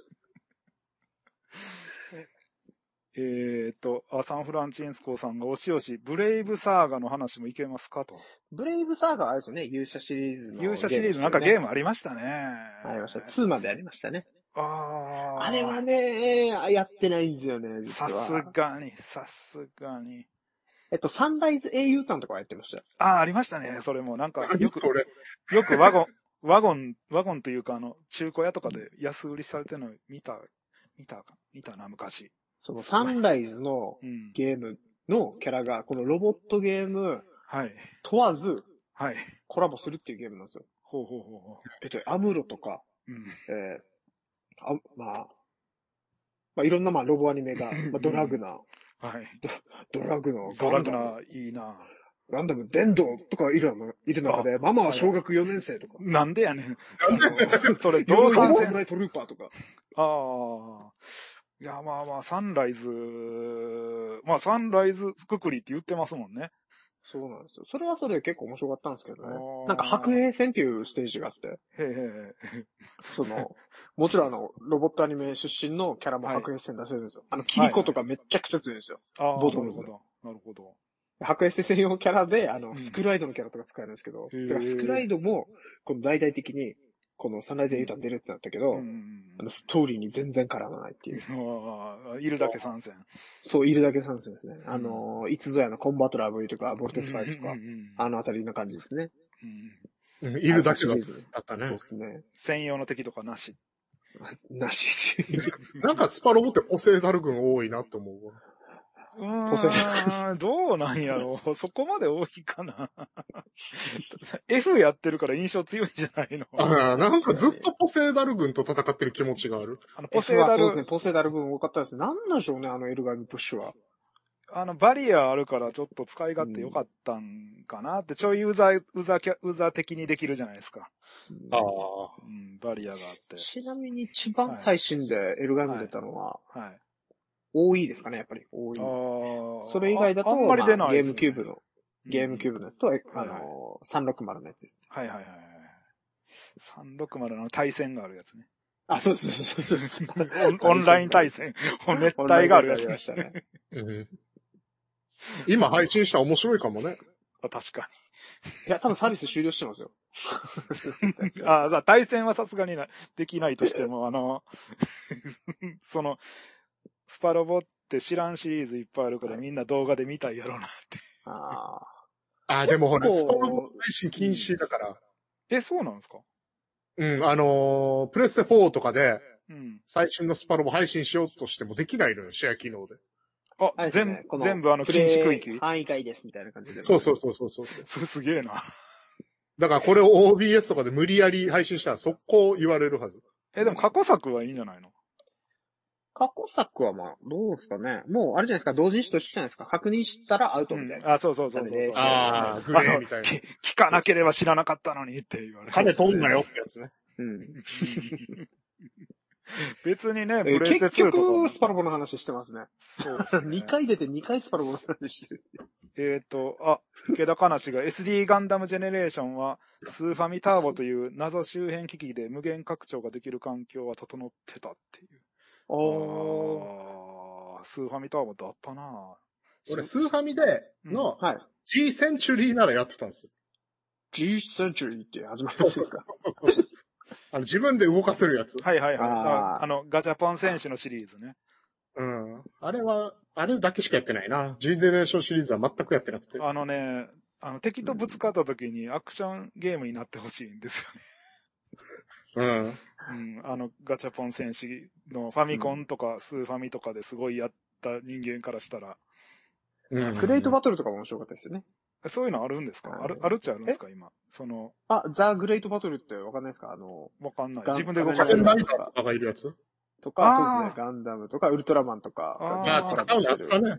えっと、あ、サンフランチンスコさんがおしおし、ブレイブサーガの話もいけますかと。 ブレイブサーガはあれですよね、勇者シリーズの、 ね。勇者シリーズなんかゲームありましたね。 ありました。ツーまでありましたね。 ああ。 あれはね、やってないんですよね、実は。 さすがに、さすがに。 えっと、サンライズ英雄譚とかやってました。 ああ、ありましたね、それも。なんか、よく、よくワゴン、ワゴン、ワゴンというか、あの、中古屋とかで安売りされてるの見た、見たか、見たな、昔。 そのサンライズのゲームのキャラが、このロボットゲーム、はい。問わず、はい。コラボするっていうゲームなんですよ。 ほうほうほうほう。 えっと、アムロとか、うん。えー、あ、まあ、まあ、いろんな、まあ、ロボアニメが、まあ、ドラグナー。はい。ド, ドラグナー、 ドラグナー、いいな。 ガンダム、デンドとかいるいる中で、ママは小学よねん生とか。 なんでやねん。 それ、ドローンサムライトルーパーとか。 ああ。いや、まあまあ、サンライズ、まあ、サンライズくくりって言ってますもんね。 そうなんですよ。それはそれで結構面白かったんですけどね。なんか白兵戦っていうステージがあって。へえへえ。その、もちろんあの、ロボットアニメ出身のキャラも白兵戦出せるんですよ。はい、あの、キリコとかめっちゃくちゃ強いんですよ。はいはい、ボトムズ。 なるほど。なるほど。 白兵戦専用キャラで、あの、スクライドのキャラとか使えるんですけど、うん、だからスクライドも、この大々的に、このサンライズエイター出るってなったけど、うん、あのストーリーに全然絡まないっていう。 ああ、いるだけ参戦。 そう、いるだけ参戦ですね。うん、あの、いつぞやのコンバトラー V とか、ボルテスファイとか、うん、あのあたりの感じですね。 うん、いるだけだったね。 そうですね。 専用の敵とかなし。 なし。 なんかスパロボってポセイダル軍多いなって思うわ。 うーん、どうなんやろう。そこまで多いかな。F やってるから印象強いんじゃないの。 ああ、なんかずっとポセイダル軍と戦ってる気持ちがある。 あのポセイダル。そうですね、ポセイダル軍多かったですね。なんなんでしょうね、あのエルガイムプッシュは。 あの、バリアあるからちょっと使い勝手良かったんかなって、ちょいウザ、ウザ、ウザ的にできるじゃないですか。 ああ。 うん、バリアがあって。 ちなみに一番最新でエルガイム出たのは、はい。はい、多いですかね、やっぱり。多い。あそれ以外だと、あんまり出ない、ねまあ、ゲームキューブの、ゲームキューブのやつと、うん、あの、はいはい、さんろくまるのやつです。 はいはいはい。さんろくまるの対戦があるやつね。 あ、そうそうそうそうオンライン対戦。熱帯があるやつ、ね。したね。 今配信したら面白いかもね。 あ、確かに。いや、多分サービス終了してますよ。 あ、じゃあ対戦はさすがにできないとしても、あの、その、スパロボって知らんシリーズいっぱいあるからみんな動画で見たいやろうなって。 ああ。あ、でもほら、スパロボ配信禁止だから。 え、そうなんですか？ うん、あのー、プレステフォーとかで、 うん、最新のスパロボ配信しようとしてもできないのよ、シェア機能で。 あ、あね、全部、全部あの禁止区域範囲外ですみたいな感じで。 そうそうそうそうそう。 それすげえな。 だからこれを オービーエス とかで無理やり配信したら速攻言われるはず。 え、でも過去作はいいんじゃないの？ 過去作はまあ、どうですかね。もう、あれじゃないですか、同人誌と一緒じゃないですか。確認したらアウトみたいな。 うん、あ、そうそうそうそうそう。 ああ、グレーみたいな。 聞かなければ知らなかったのにって言われる。 金取んなよってやつね。 うん。 別にね、ブレステツーとか。 結局、スパロボの話してますね。そうですね。にかい出てにかいスパロボの話してる。 えっと、あ、池田かなしが エスディー ガンダムジェネレーションは、スーファミターボという謎周辺機器で無限拡張ができる環境は整ってたっていう。 おー。スーファミターボってあったなぁ。 俺、スーファミでの、うん、はい。G センチュリーならやってたんですよ。 G センチュリーって始まったんですか？ そうそうそう。あの、自分で動かせるやつ。 はいはいはい。あ, あの、ガチャポン選手のシリーズね。 うん。あれは、あれだけしかやってないな。G ゼネレーションシリーズは全くやってなくて。 あのね、あの、敵とぶつかった時にアクションゲームになってほしいんですよね。うん。 うん。あの、ガチャポン戦士のファミコンとかスーファミとかですごいやった人間からしたら。 うん。クレイトバトルとかも面白かったですよね。 そういうのあるんですか？ある、あるっちゃあるんですか今。その。 あ、ザ・グレイトバトルってわかんないですか？あの、 わかんない。自分で動かせる。 ガンダムとかがいるやつとか、そうですね。ガンダムとか、ウルトラマンとか。 ああ、戦うのあったね。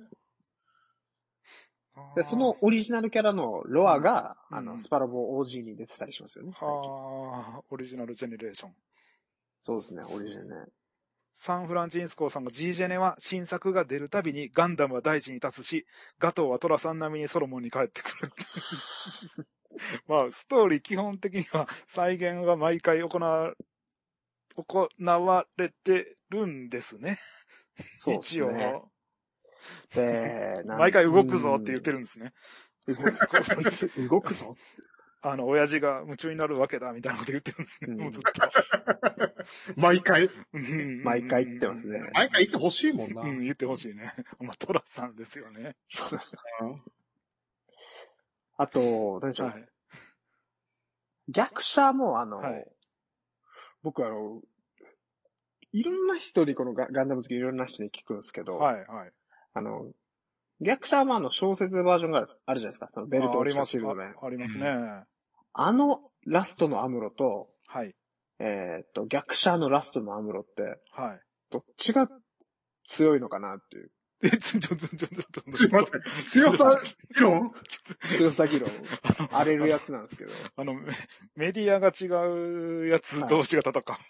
で、そのオリジナルキャラのロアが、うん、あの、スパロボ オージー に出てたりしますよね。 はあ、オリジナルジェネレーション。 そうですね、オリジナルね。 サンフランチンスコーさんが G ジェネは新作が出るたびにガンダムは大地に立つし、ガトーはトラさん並みにソロモンに帰ってくる。まあ、ストーリー基本的には再現が毎回行わ、行われてるんですね。 そうですね。一応。で、 毎回動くぞって言ってるんですね。 動くぞあの、親父が夢中になるわけだ、みたいなこと言ってるんですね。うん、もうずっと。 毎回。 毎回言ってますね。 毎回言ってほしいもんな。 うん、言ってほしいね。まあ、トラスさんですよね。 そうですね。あと、何でしょう。はい、逆者も、あの、はい、僕あの、いろんな人にこのガンダム好きいろんな人に聞くんですけど、 はい、はい。 あの、逆者はまあの小説バージョンがあるじゃないですか。そのベルトをしたシルドね。ありますね。 あのラストのアムロと、 はい。 えっと、逆者のラストのアムロって、 はい。 どっちが強いのかなっていう。 え、ちょ、ちょ、ちょ、ちょ、ちょ、 ちょ、待って。強さ議論強さ議論。荒れるやつなんですけど。 あの、メディアが違うやつ同士が戦う。はい、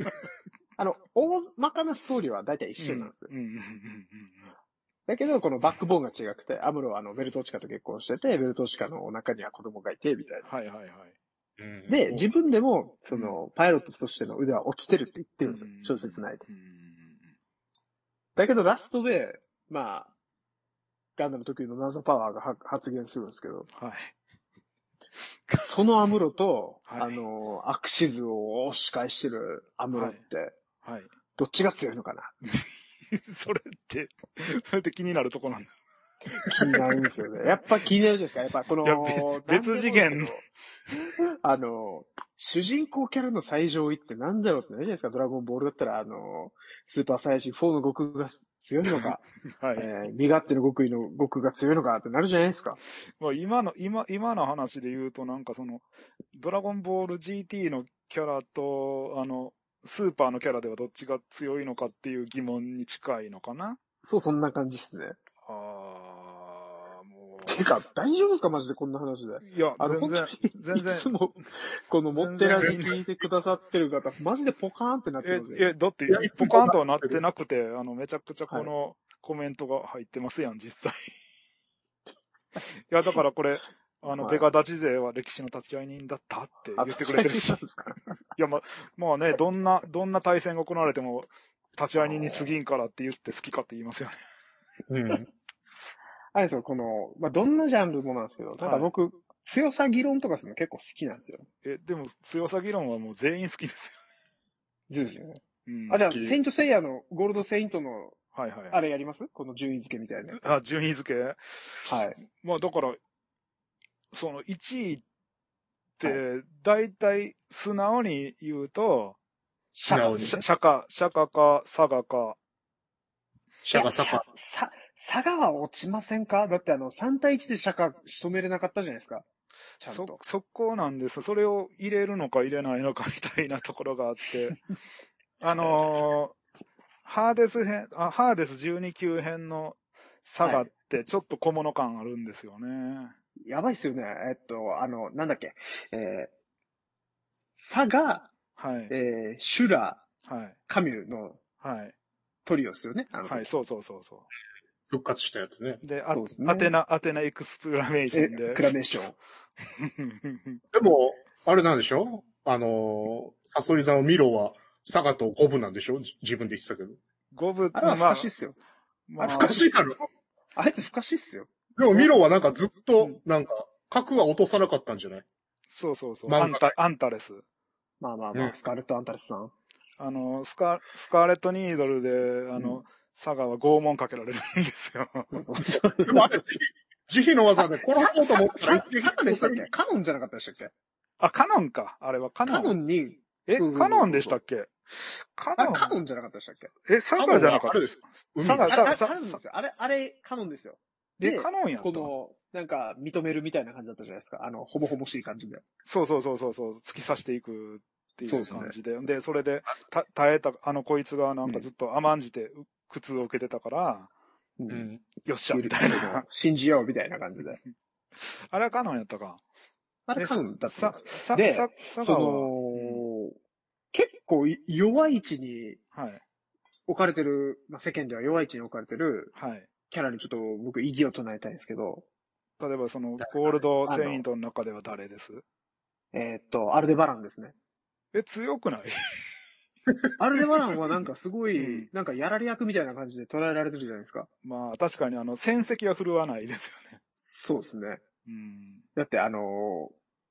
あの、大まかなストーリーは大体一緒なんですよ。うんうんうんうん、だけど、このバックボーンが違くて、アムロはあの、ベルトーチカと結婚してて、ベルトーチカのお腹には子供がいて、みたいな。 はいはいはい。 で、自分でも、その、パイロットとしての腕は落ちてるって言ってるんですよ。小説内で。だけど、ラストで、まあ、ガンダム特有の謎パワーが発現するんですけど、 はい。 そのアムロと、はい、あの、アクシズを押し返してるアムロって、 はい。はい、 どっちが強いのかなそれって、それって気になるとこなんだ。 気になるんですよね。やっぱ気になるじゃないですか。やっぱこの、 別次元。 あの、主人公キャラの最上位ってなんだろうってなるじゃないですか。ドラゴンボールだったら、あの、スーパーサイヤ人フォーの悟空が強いのか、はい、えー、身勝手の極意の悟空が強いのかってなるじゃないですか。 まあ今の、今、今の話で言うとなんかその、ドラゴンボール ジーティー のキャラと、あの、スーパーのキャラではどっちが強いのかっていう疑問に近いのかな？ そう、そんな感じっすね。 ああ、もう。 てか、大丈夫ですかマジでこんな話で。 いや、 あの、 全然、全然。 いつも、このモッテラで聞いてくださってる方、マジでポカーンってなってますよ。 え、え、だって、ポカーンとはなってなくて、あの、めちゃくちゃこのコメントが入ってますやん、実際。いや、だからこれ、あの、はい、ベガダチ勢は歴史の立ち会い人だったって言ってくれてるし。いや、ま、まあね、どんな、どんな対戦が行われても、立ち会い人に過ぎんからって言って好きかって言いますよね。 うん。あれですよ、この、まあ、どんなジャンルもなんですけど、ただ僕、はい、強さ議論とかするの結構好きなんですよ。 え、でも強さ議論はもう全員好きですよね。そうですよね。うん、あ、じゃあ、セイントセイヤのゴールドセイントの、はいはい。あれやりますこの順位付けみたいなやつ。 あ、順位付けはい。 まあだから、そのいちいって、だいたい素直に言うと、 シャガ、 シャカ、シャカか、サガか。 シャガ、サガ。 サ、サガは落ちませんか？だってあの、さん対いちでシャカ仕留めれなかったじゃないですか。ちゃんと。 そ、そこなんです。それを入れるのか入れないのかみたいなところがあって。あのー、ハーデス編、あ、ハーデスじゅうに級編のサガってちょっと小物感あるんですよね。はい、 やばいっすよね。えっと、あの、なんだっけ。えー、サガ、 はい。 えー、シュラ、 はい。 カミュの、 はい。 トリオっすよね。 はい、そうそうそうそう。 復活したやつね。 で、あ、ね、アテナ、アテナエクスプラメーションで。 エクラメーション。 でも、あれなんでしょ？あのー、サソリ座のミロは、サガとゴブなんでしょ？自分で言ってたけど。 ゴブ、 あれは不可視っすよ。 まあ、あれ不可視なの？ あいつ不可視っすよ。 でもミロはなんかずっと、なんか、核は落とさなかったんじゃない？ そうそうそう。アンタ、アンタレス。 まあまあまあ、うん、スカーレット・アンタレスさん。 あの、スカ、スカーレット・ニードルで、あの、うん、サガは拷問かけられるんですよ。 でもあれ、慈悲の技で殺そうと思ったら、 サガでしたっけ？カノンじゃなかったでしたっけ？ あ、カノンか。あれはカノン。 カノンに、 え、そうそうそうそうカノンでしたっけ？ カノン。カノンじゃなかったでしたっけ？ え、サガじゃなかった。 あれです。 サガ、サガ、サガですよ。あれ、あれ、カノンですよ。 で、カノンやった。 この、なんか、認めるみたいな感じだったじゃないですか。あの、ほぼほぼしい感じで。 そうそうそうそうそう、突き刺していくっていう感じで。で、ね、で、それで、た、耐えた、あの、こいつがなんかずっと甘んじて苦痛を受けてたから、 うん。 よっしゃ、みたいな。 信じよう、みたいな感じで。 あれはカノンやったか。 あれカノンだったさ、さ、 で、 さ、 その、うん、結構弱い位置に置かれてる、まあ、世間では弱い位置に置かれてる、はい。キャラにちょっと僕異議を唱えたいんですけど。 例えばその、ゴールドセイントの中では誰です？ えー、っと、アルデバランですね。 え、強くない？ アルデバランはなんかすごい、うん、なんかやられ役みたいな感じで捉えられてるじゃないですか。 まあ確かにあの、戦績は振るわないですよね。 そうですね。うん、だってあのー、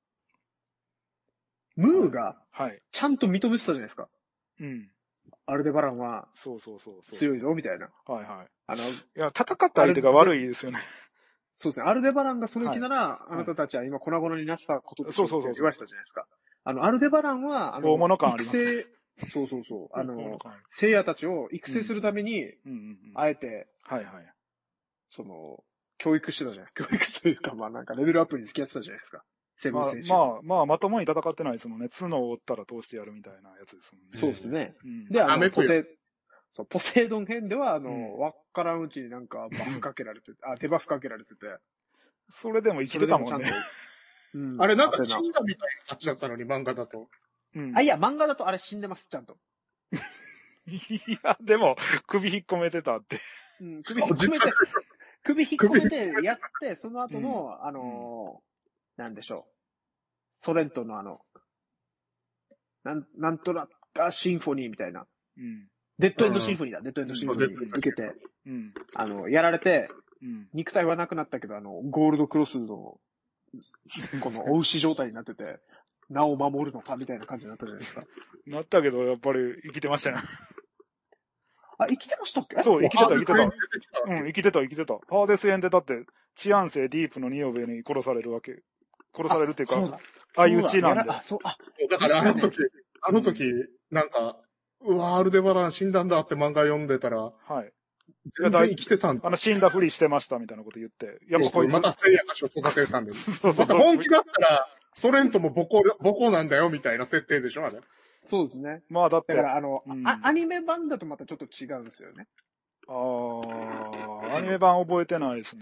ムーが、ちゃんと認めてたじゃないですか。うん。アルデバランは、 そうそうそう。 強いぞ、みたいな。 はいはい。あの、いや、戦った相手が悪いですよね。 そうですね。アルデバランがその気なら、はい、あなたたちは今粉々になってたことでしょうって言われてたじゃないですか。あの、アルデバランは、あの、 大物感ありますね。 育成、そうそうそう。あの、聖夜たちを育成するために、あえて、 はいはい。 その、教育してたじゃない。教育というか、まあなんかレベルアップに付き合ってたじゃないですか。セブン選手。 まあ、まあ、まあ、まともに戦ってないですもんね。角を折ったら通してやるみたいなやつですもんね。 そうですね。うん、で、あの、ポセ、そう、ポセイドン編では、あの、うん、わっからんうちになんかバフかけられてて、あ、デバフかけられてて。 それでも生きてたもんね。 うん、あれなんか死んだみたいな感じだったのに、漫画だと。 うん、あ、いや、漫画だとあれ死んでます、ちゃんと。 いや、でも、首引っ込めてたって。 うん、首引っ込めて、首引っ込めてやって、その後の、うん、あのー、なんでしょう。ソレントのあの、なん、なんとなくシンフォニーみたいな。うん。デッドエンドシンフォニーだ。デッドエンドシンフォニー受けて、うん。あの、やられて、うん。肉体はなくなったけど、あの、ゴールドクロスの、この、お牛状態になってて、名を守るのかみたいな感じになったじゃないですか。 なったけど、やっぱり生きてましたね。 あ、生きてましたっけ？ そう、生きてた、生きてた。うん、生きてた、生きてた。ハーデス編でだって、治安生ディープのニオベに殺されるわけ。殺されるっていうか、ああいう血なんで。 あ、そう、あ、 だからあの時、あの時、なんか、うわ、アルデバラン死んだんだって漫画読んでたら、はい。全然生きてたんだ。 あの、死んだふりしてましたみたいなこと言って。 やっぱこいつ。またセイヤが育てたんです。そうそうそう。また本気だったら、ソレントもボコ、ボコなんだよみたいな設定でしょあれ。 そうですね。 まあだって。 だからあの、うん、あ、アニメ版だとまたちょっと違うんですよね。 ああ、アニメ版覚えてないですね。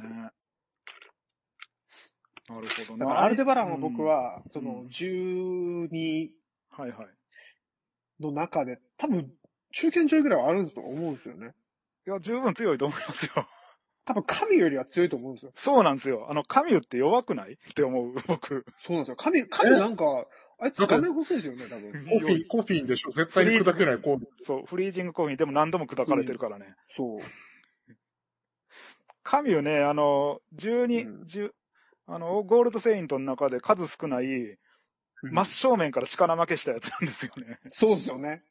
なるほどね。 アルデバランは僕は、うん、その、じゅうにはいはい。 の中で、多分、中堅上位ぐらいはあるんですと思うんですよね。 いや、十分強いと思いますよ。 多分、神よりは強いと思うんですよ。 そうなんですよ。あの、神って弱くないって思う、僕。 そうなんですよ。神、神なんか、あいつ画面細いですよね、多分。 コフィン、コフィンでしょ。絶対に砕けないコーヒー。 そう、フリージングコーヒーでも何度も砕かれてるからね。 そう。 神をね、あの、じゅうに、うん、じゅう、あの、ゴールドセイントの中で数少ない、真正面から力負けしたやつなんですよね。 そうですよね。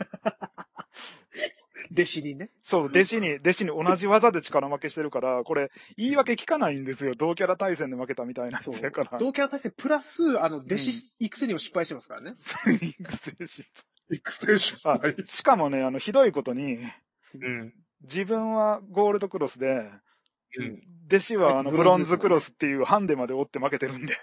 弟子にね。 そう、弟子に、弟子に同じ技で力負けしてるから、これ、言い訳聞かないんですよ。同キャラ対戦で負けたみたいなやつやから。 同キャラ対戦プラス、あの、弟子育成にも失敗してますからね。 そう、育成失敗。 育成失敗。 しかもね、あの、ひどいことに、 うん、 自分はゴールドクロスで、うん、弟子はあのブロンズクロスっていうハンデまで折って負けてるんで。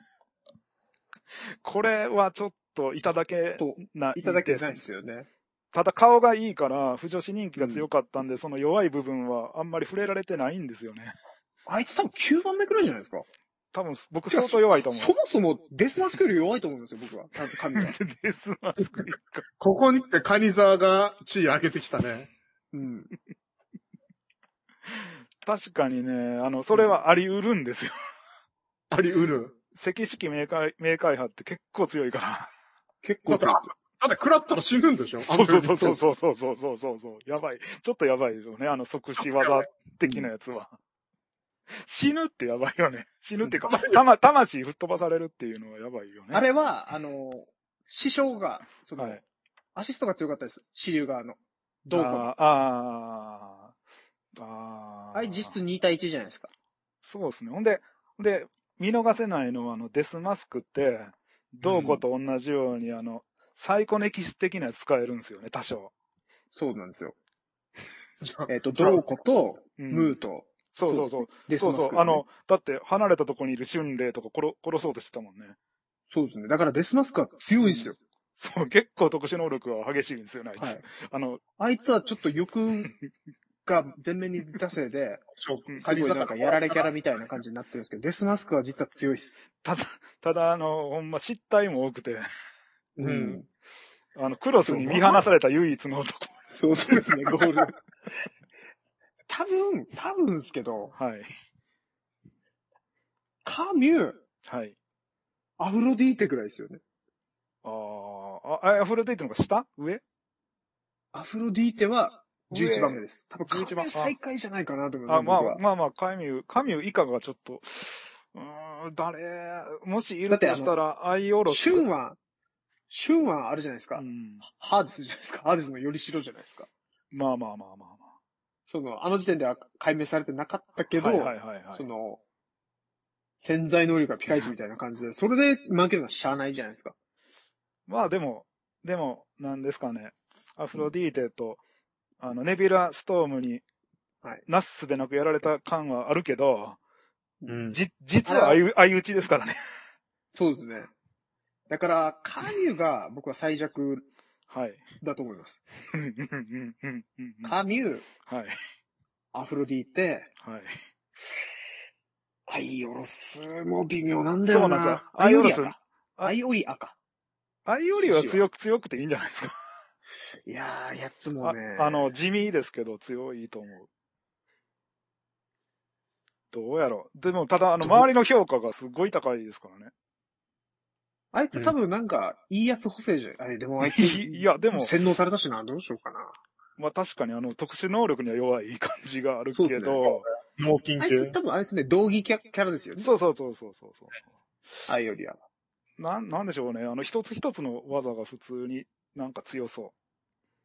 これはちょっといただけない。 いただけないですよね。 ただ顔がいいから、不女子人気が強かったんで、うん、その弱い部分はあんまり触れられてないんですよね。 あいつ多分きゅうばんめくらいじゃないですか。 多分、僕相当弱いと思う。 そもそもデスマスクより弱いと思うんですよ、僕は。ちゃんと神は。 デスマスクよりか。 ここに来てカニザーが地位上げてきたね。 うん。 確かにね、あの、それはあり得るんですよ。 あり得る。 赤色明快、明快派って結構強いから。 結構強いですよ。 だって食らったら死ぬんでしょ。 そうそうそうそうそうそうそうそうそう。やばい。ちょっとやばいよね。あの即死技的なやつは。死ぬってやばいよね。死ぬっていうか、たま、魂吹っ飛ばされるっていうのはやばいよね。 あれは、あの、師匠が、その、はい、アシストが強かったです。支流側の。どうこの。 ああ、ああ。あれ実質に対いちじゃないですか。 そうですね。ほんで、で、見逃せないのは、あの、デスマスクって、どうこと同じように、うん、あの、サイコネキス的なやつ使えるんですよね、多少。 そうなんですよ。えっと、どうこと、ムーと、うん、 そうそうそう。そうそうそう。あの、だって離れたとこにいる春麗とか殺殺そうとしてたもんね。 そうですね。だからデスマスクは強いんですよ。 そう、結構特殊能力は激しいんですよね、あいつ。はい、 あの、あいつはちょっと欲が前面に出たせいで、すごいなんかやられキャラみたいな感じになってるんですけど、デスマスクは実は強いです。 ただ、ただ、あの、ほんま失態も多くて。 うん。 あの、クロスに見放された唯一の男。 そうそうですね、ゴール。多分、多分ですけど、 はい。 カミュー、 はい。 アフロディーテぐらいですよね。 ああ、アフロディーテの方が下上アフロディーテはじゅういちばんめです。多分、カミュー最下位じゃないかなと思います。 あ、まあ、まあまあ、カミュー、カミュー以下がちょっと、うーん、誰、もしいるとしたら、アイオロス。 シュンは、シュンはあるじゃないですか。うん、ハーデスじゃないですか。ハーデスのよりしろじゃないですか。 まあまあまあまあまあ。 その、あの時点では解明されてなかったけど、はいはいはいはい、その、潜在能力がピカイチみたいな感じで、それで負けるのはしゃあないじゃないですか。 まあでも、でも、なんですかね。アフロディーテと、うん、あの、ネビュラストームに、なすすべなくやられた感はあるけど、うん、じ、実は相相打ちですからね。 そうですね。だから、カミュが僕は最弱だと思います。カミュ、 はい、 アフロディーテ、 はい、 アイオロスも微妙なんだよな。 そうなんですよ。アイオロス。 アイオリアか。 アイオリは強く、強くていいんじゃないですか。 いやー、やつもねあ。あの、地味ですけど強いと思う。どうやろう。でも、ただ、あの、周りの評価がすごい高いですからね。 あいつ多分なんか、いいやつ補正じゃん。あれ、でもあいつ、 いや、でも。 洗脳されたしな、どうしようかな。 まあ確かにあの、特殊能力には弱い感じがあるけど。そうですね。 脳筋系。 あいつ多分あれですね、道義キャキャラですよね。 そうそうそうそうそうそう。 アイオリアは。 なん、なんでしょうね。あの、一つ一つの技が普通になんか強そう。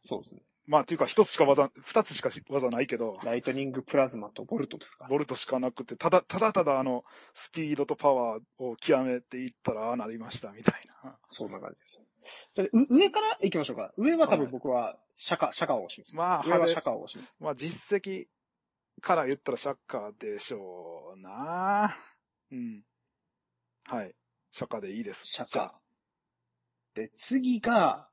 そうですね。 まあ、っていうか一つしか技、二つしか技ないけど。 ライトニングプラズマとボルトですか。 ボルトしかなくて、ただ、ただただあの、スピードとパワーを極めていったら、ああなりましたみたいな。 そんな感じです。じゃう上から行きましょうか。上は多分僕は、釈迦、釈迦を押します。 まあ、 上は釈迦を押します。 まあ、実績から言ったら釈迦でしょうな。うん。はい。釈迦でいいです。 釈迦。で、次が、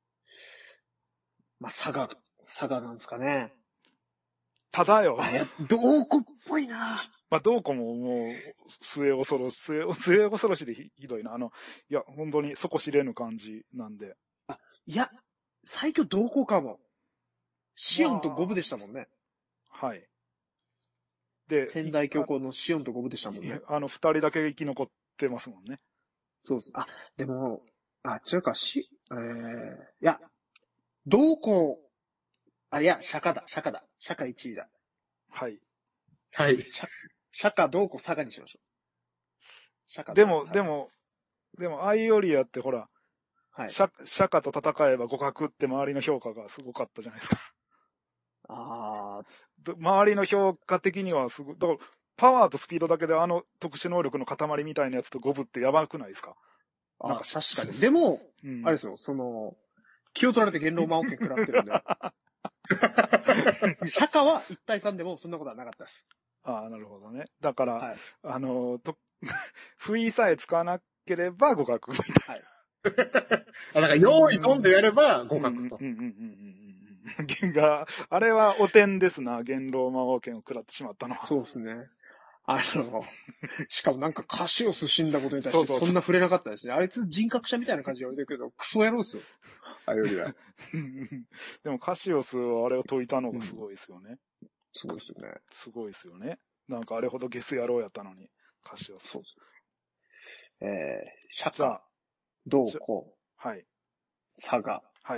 まあ、佐賀、佐賀なんですかね。 ただよ。 あ、いや、どうこっぽいな。 まあ、どうこももう、末恐ろし、末、末恐ろしでひどいな。あの、いや、本当に底知れぬ感じなんで。 あ、いや、最強どこかも。シオンとゴブでしたもんね。 まあ、はい。で、 仙台教皇のシオンとゴブでしたもんね。 あの、二人だけ生き残ってますもんね。 そうです。あ、でも、あ、違うか、し、えー、いや、どこ、あ、いや、釈迦だ、釈迦だ。釈迦いちいだ。 はい。 はい。 釈迦どこ佐賀にしましょう。 釈迦でも、でも、でも、アイオリアってほら、はい。釈迦と戦えば互角って周りの評価がすごかったじゃないですか。 ああ。 周りの評価的にはすごい、だから、パワーとスピードだけであの特殊能力の塊みたいなやつとゴブってやばくないですか？ あ、なんか確かに。でも、うん、あれですよ、その、 気を取られて元老魔王権食らってるんで。釈迦はいち対さんでもそんなことはなかったです。 ああ、なるほどね。だから、はい、あの、と、不意さえ使わなければ互角みたいな。はい。 あ、だから、用意飛んでやれば互角と。うんうんうんうんうん。が、あれはお点ですな、元老魔王権を食らってしまったのは。 そうですね。あの、しかもなんかカシオス死んだことに対してそんな触れなかったですね。あいつ人格者みたいな感じで言われてるけど、クソ野郎ですよ。あよりは。 でもカシオスはあれを解いたのがすごいですよね。 うん、すごいですよね。 すごいですよね。なんかあれほどゲス野郎やったのに、カシオス。そうえー、釈迦、道交、 はい。 佐賀。 はい。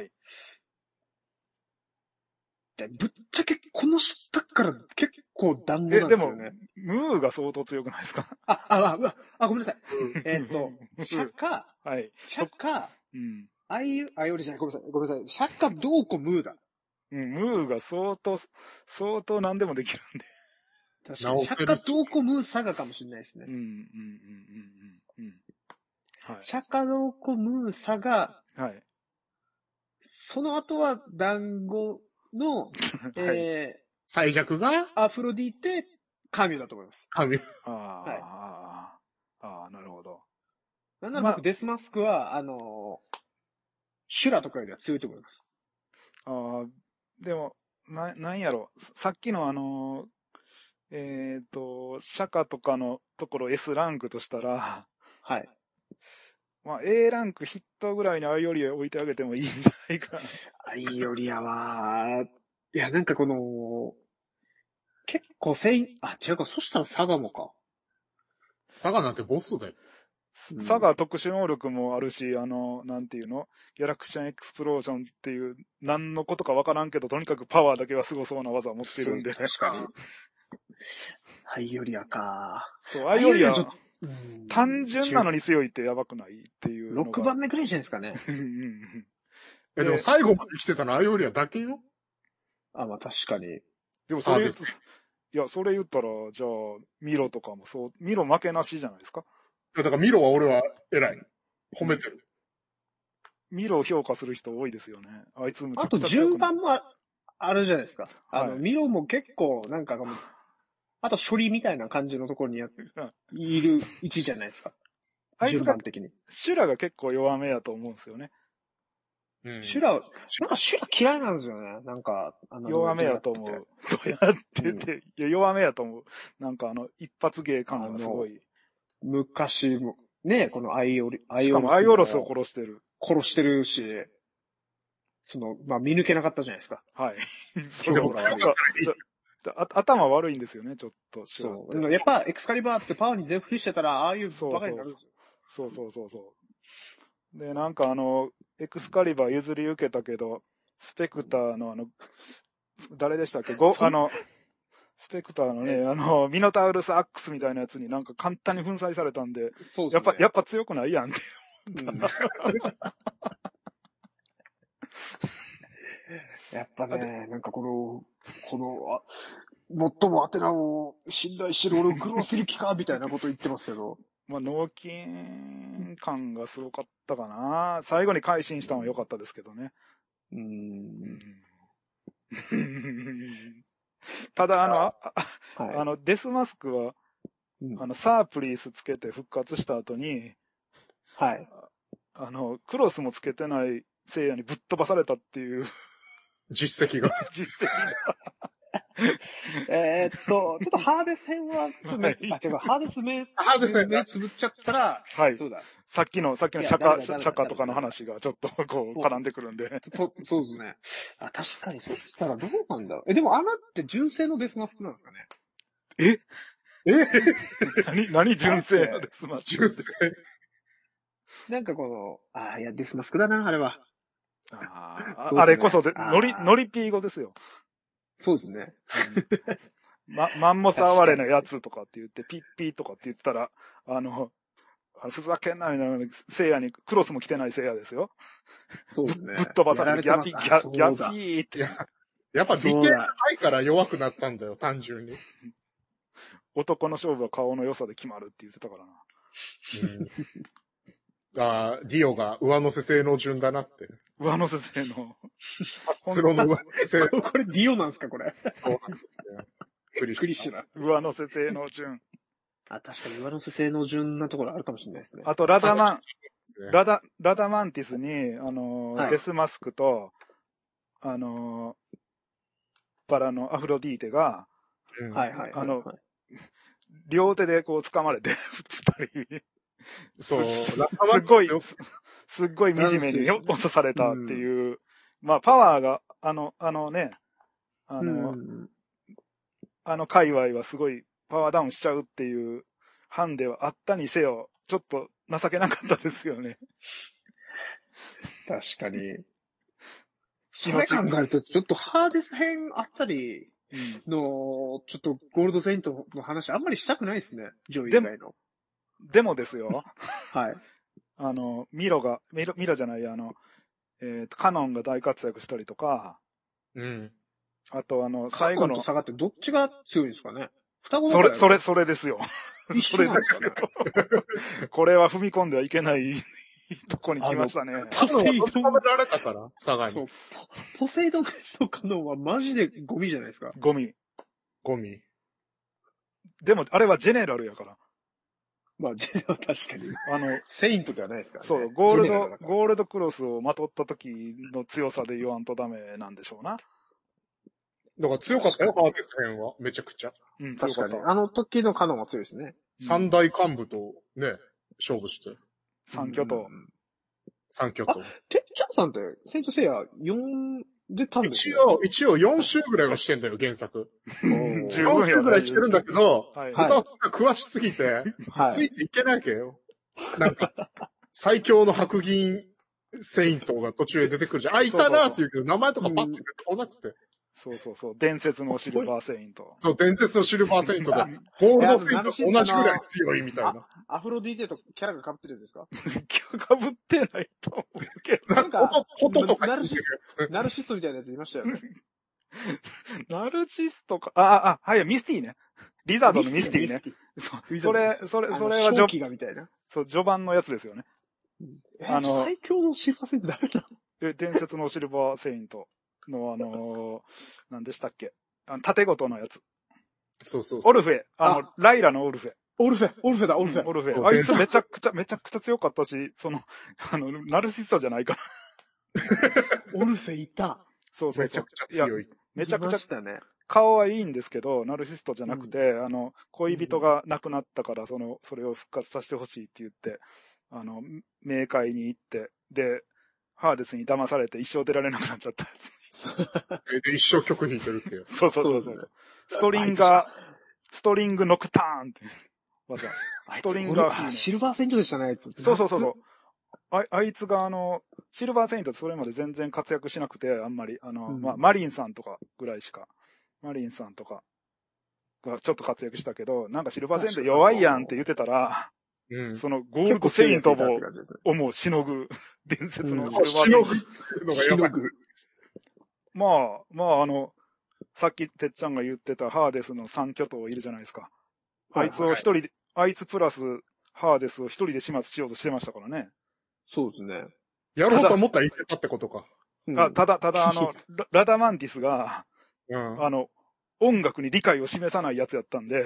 ぶっちゃけこの下から結構弾丸なんですよね。 え、でも、ムーが相当強くないですか？ あ、あ、あ、あ、ごめんなさい。えっと、釈迦、 はい。 釈迦、 うん。 あいう、あよりじゃない、ごめんなさい。ごめんなさい。釈迦、道交、ムーだ。 うん、ムーが相当、相当何でもできるんで。 確かに。釈迦、道交、ムー、佐賀かもしれないですね。 うん、うん、うん、うん、うん。 はい。釈迦、道交、ムー、佐賀。 はい。 その後は、団子の、えー、 最弱がアフロディーテ、カミュだと思います。 カミュ。 ああ、はい、ああ、ああ、なるほど。 なんなら僕、ま、デスマスクは、あのー、シュラとかよりは強いと思います。 ああ、でも、な、なんやろ。さっきのあのー、えっ、ー、と、釈迦とかのところ S ランクとしたら、 はい。 まあ、A ランクヒットぐらいにアイオリア置いてあげてもいいんじゃないかな。 アイオリアは、いや、なんかこの、結構せい、あ、違うか、そしたらサガもか。 サガなんてボスだよ。 サガ特殊能力もあるし、あの、なんていうのギャラクシャンエクスプロージョンっていう、何のことかわからんけど、とにかくパワーだけはすごそうな技を持ってるんで。 確かに。アイオリアか。 そう、アイオリア、単純なのに強いってやばくないっていうのが。 ろくばんめくらいじゃないですかね。 え、でも最後まで来てたのアイオリアだけよ。 あ、まあ確かに。 でもそれ言うと、いや、それ言ったら、じゃあ、ミロとかもそう、ミロ負けなしじゃないですか。 いや、だからミロは俺は偉い。褒めてる。 ミロを評価する人多いですよね。あいつむちゃくちゃ強くない。あと順番もあるじゃないですか。あの、はい、ミロも結構、なんか、あと処理みたいな感じのところにやっている位置じゃないですか。 あいつが、順番的に。シュラが結構弱めやと思うんですよね。 うん、シュラ、なんかシュラ嫌いなんですよね。なんか、 あの弱めやと思う。どうやってて、うん、いや、弱めやと思う。なんかあの、一発芸感がすごい。 昔も、ね、このアイオリ、 アイオロス。しかもアイオロスを殺してる。 殺してるし、その、まあ、見抜けなかったじゃないですか。 はい。そうそう頭悪いんですよね、ちょっと。 そう。やっぱ、エクスカリバーってパワーに全振りしてたら、ああいうバカになるんですよ。 そうそうそうそう。で、なんかあの、エクスカリバー譲り受けたけど、スペクターのあの、誰でしたっけご、あの、スペクターのね、あの、ミノタウルスアックスみたいなやつになんか簡単に粉砕されたんで、そうですね、やっぱ、やっぱ強くないやんって。うん、 やっぱね、なんかこの、この、あ最もアテナを信頼してる俺を苦労する気かみたいなこと言ってますけど。 まあ、脳筋感がすごかったかな。最後に改心したのは良かったですけどね。うーん。ただ、あの、あ、はい、あの、デスマスクは、うん、あの、サープリースつけて復活した後に、 はい。 あの、クロスもつけてない聖夜にぶっ飛ばされたっていう。 実績が。 実績が。 えっと、ちょっとハーデス編は、ちょっと目、はい、あ、違う、ハーデス目、 ハーデス編目つぶっちゃったら、 はい。 そうだ。 さっきの、さっきの釈迦、釈迦とかの話がちょっとこう絡んでくるんで。 とそうですね。あ、確かに、そしたらどうなんだろう。え、でもあなって純正のデスマスクなんですかね。 ええ何、何純正のデスマスク純正。 なんかこの、あ、いや、デスマスクだな、あれは。 ああ、ね、あれこそで、ノリ、ノリピー語ですよ。 そうですね。 ま、マンモス哀れのやつとかって言って、ピッピーとかって言ったら、あの、ふざけんなみたいな、聖夜に、クロスも着てない聖夜ですよ。 そうですね。 ぶっ飛ばされて、ギャピ、ギャ、ギャピーって。 や, やっぱ美形がないから弱くなったんだよ、単純に。 男の勝負は顔の良さで決まるって言ってたからな。うんああ、ディオが上乗せ性能順だなって。 上乗せ性能。 スロの上乗せ性能。 これディオなんですか、これ。 そうなんですね。 クリッシュな。 上乗せ性能順。 あ、確かに上乗せ性能順なところあるかもしれないですね。 あと、ラダマン、ラダ、ラダマンティスに、あの、はい、デスマスクと、あの、バラのアフロディーテが、 うん、はいはい。 あの、両手でこう掴まれて、二人。 そう。 すっごい、す, すっごい惨めに落とされたっていう。うん、まあ、パワーが、あの、あのね、あの、うん、あの界隈はすごいパワーダウンしちゃうっていうハンデはあったにせよ、ちょっと情けなかったですよね。 確かに。それ考えると、ちょっとハーデス編あったりの、ちょっとゴールドセイントの話あんまりしたくないですね。ジョイ以外の。 でもですよ。 はい。 あの、ミロが、ミロ、ミロじゃない、あの、えっ、ー、と、カノンが大活躍したりとか、 うん。 あと、あの、最後の。 カノンとサガってどっちが強いんですかね？双子それ、それ、それですよ。それですよ。これは踏み込んではいけないとこに来ましたね。 ポセイドン。食べられたから、サガに。そう。 ポセイドンとカノンはマジでゴミじゃないですか。 ゴミ。 ゴミ。 でも、あれはジェネラルやから。 まあ、ジェネラル確かに。 あの、 セイントではないですからね。 そう、ゴールド、ゴールドクロスをまとった時の強さで言わんとダメなんでしょうな。 だから強かったよ、ハーデス編は。めちゃくちゃ。 うん、強かった。 あの時のカノンは強いですね。 三大幹部とね、勝負して。 三巨頭。 三巨頭。 てっちゃんさんって、セイントセイヤよんでたんですよ、ね、一応、一応よん週ぐらいはしてんだよ、原作。よん週ぐらいしてるんだけど、はい、歌が詳しすぎて、はい、ついていけないわけよ。なんか、最強の白銀セイントが途中で出てくるじゃん。あ、いたなって言うけど、名前とかパッと来なくて。 そうそうそう。伝説のシルバーセイント。 そう、伝説のシルバーセイントで、ゴールドセイントと同じぐらい強いみたいな。 アフロディーテとキャラが被ってるんですか？ 被ってないと思うけど。 なんか、音とかナルシスト、ナルシストみたいなやついましたよね。 ナルシストか、あ、あ、はい、ミスティね。リザードのミスティね。そう、それ、それ、それは序盤みたいな。 そう、序盤のやつですよね。 あの、最強のシルバーセイント誰だ？ え、伝説のシルバーセイント。の、あのー、何でしたっけ？あの、縦ごとのやつ。 そうそうそう。 オルフェ。あの、ライラのオルフェ。 オルフェ、オルフェだ、オルフェ。 オルフェ。あいつめちゃくちゃ、めちゃくちゃ強かったし、その、あの、ナルシストじゃないから。 オルフェいた。 そうそうそう。 めちゃくちゃ強い。 めちゃくちゃ。 したね。 顔はいいんですけど、ナルシストじゃなくて、うん、あの、恋人が亡くなったから、その、それを復活させてほしいって言って、あの、冥界に行って、で、ハーデスに騙されて一生出られなくなっちゃったやつ。 で、一生曲弾いてるっていう。 そうそうそうそう。ストリンガー、ストリングノクターンって技。ストリンガーフィー。 シルバーセイントでしたね、あいつ。 そうそうそうそう。あ, あいつがあの、シルバーセイントってそれまで全然活躍しなくて、あんまり、あの、うん、まあ、マリンさんとかぐらいしか、マリンさんとかがちょっと活躍したけど、なんかシルバーセイント弱いやんって言ってたら、うん、そのゴールドセイントをもうしのぐ伝説のシルバーセイント。しのぐのがやばい。 まあ、まあ、あの、さっきてっちゃんが言ってたハーデスの三巨頭いるじゃないですか。あいつを一人で、はい、あいつプラスハーデスを一人で始末しようとしてましたからね。 そうですね。 やろうと思ったら言ってたってことか。 あただ、ただ、あの、ラ, ラダマンティスが、うん、あの、音楽に理解を示さないやつやったんで。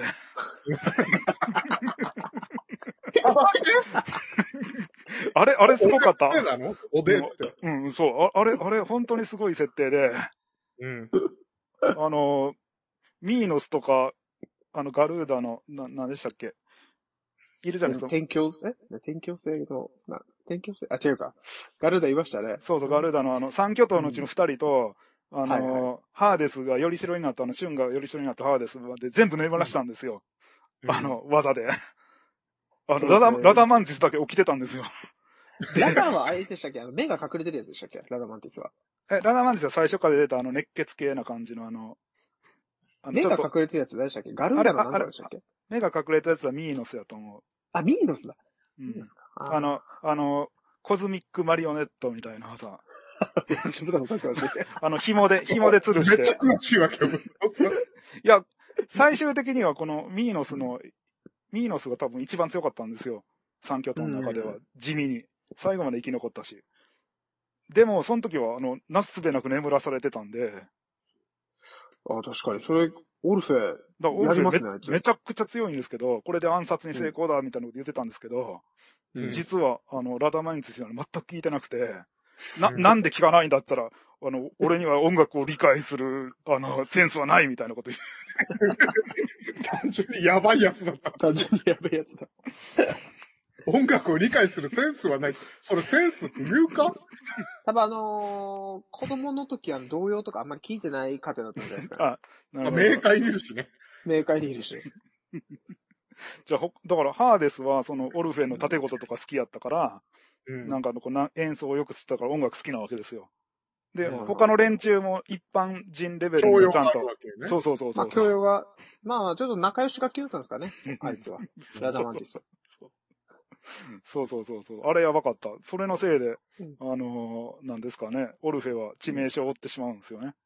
あれ、あれすごかった。 おでなのおでって。 うん、そう。あれ、あれ、本当にすごい設定で。 うん。 あの、ミーノスとか、あの、ガルーダの、な、なんでしたっけ？いるじゃないですか。 天境、え天境性の、な、天境性あ、違うか。ガルーダいましたね。 そうそう、ガルーダのあの、三巨頭のうちの二人と、うん、あの、はいはい、ハーデスがよりしろになった、あの、シュンがよりしろになったハーデスで全部粘らしたんですよ。うん、あの、技で。あの、ラダ、ラダマンティスだけ起きてたんですよ。 ラダはあれでしたっけ？あの、目が隠れてるやつでしたっけ？ラダマンティスは。 え、ラダマンティスは最初から出たあの、熱血系な感じのあの、 あの目が隠れてるやつ何でしたっけ？ガルーダの何でしたっけ？ 目が隠れたやつはミーノスやと思う。 あ、ミーノスだ。 うん。あ, あの、あの、コズミックマリオネットみたいな技。あの、紐で、紐で吊るして。 めっちゃ苦しいわけよ。いや、最終的にはこのミーノスの、ミーノスが多分一番強かったんですよ。三巨頭の中では。地味に。 最後まで生き残ったし。でも、その時は、あの、なすすべなく眠らされてたんで。 あ、確かに。それ、オルフェ、 だオルフェ め, めちゃくちゃ強いんですけど、これで暗殺に成功だみたいなこと言ってたんですけど、うん、実は、あの、ラダマインツスは全く聞いてなくて、な、なんで聞かないんだったら、あの、俺には音楽を理解する、あの、センスはないみたいなこと言う。単純にやばいやつだった。 単純にやばいやつだ。 音楽を理解するセンスはない。それセンスって言うか？ 多分あのー、子供の時は童謡とかあんまり聞いてない家庭だったんじゃないですか、ね。あ、 なるほど。冥界にいるしね。 冥界にいるし。 じゃあ、だから、ハーデスは、その、オルフェの盾事とか好きやったから、うん、なんかこうな、演奏をよく知ったから音楽好きなわけですよ。で、うん、他の連中も一般人レベルでちゃんと。ね、そうそうそうそう。 まあ、教養が、まあ、ちょっと仲良しが消えたんですかね、あいつは。ラダマンティス。 そうそうそうそう。あれやばかった。それのせいで、うん、あのー、なんですかね、オルフェは致命傷を負ってしまうんですよね。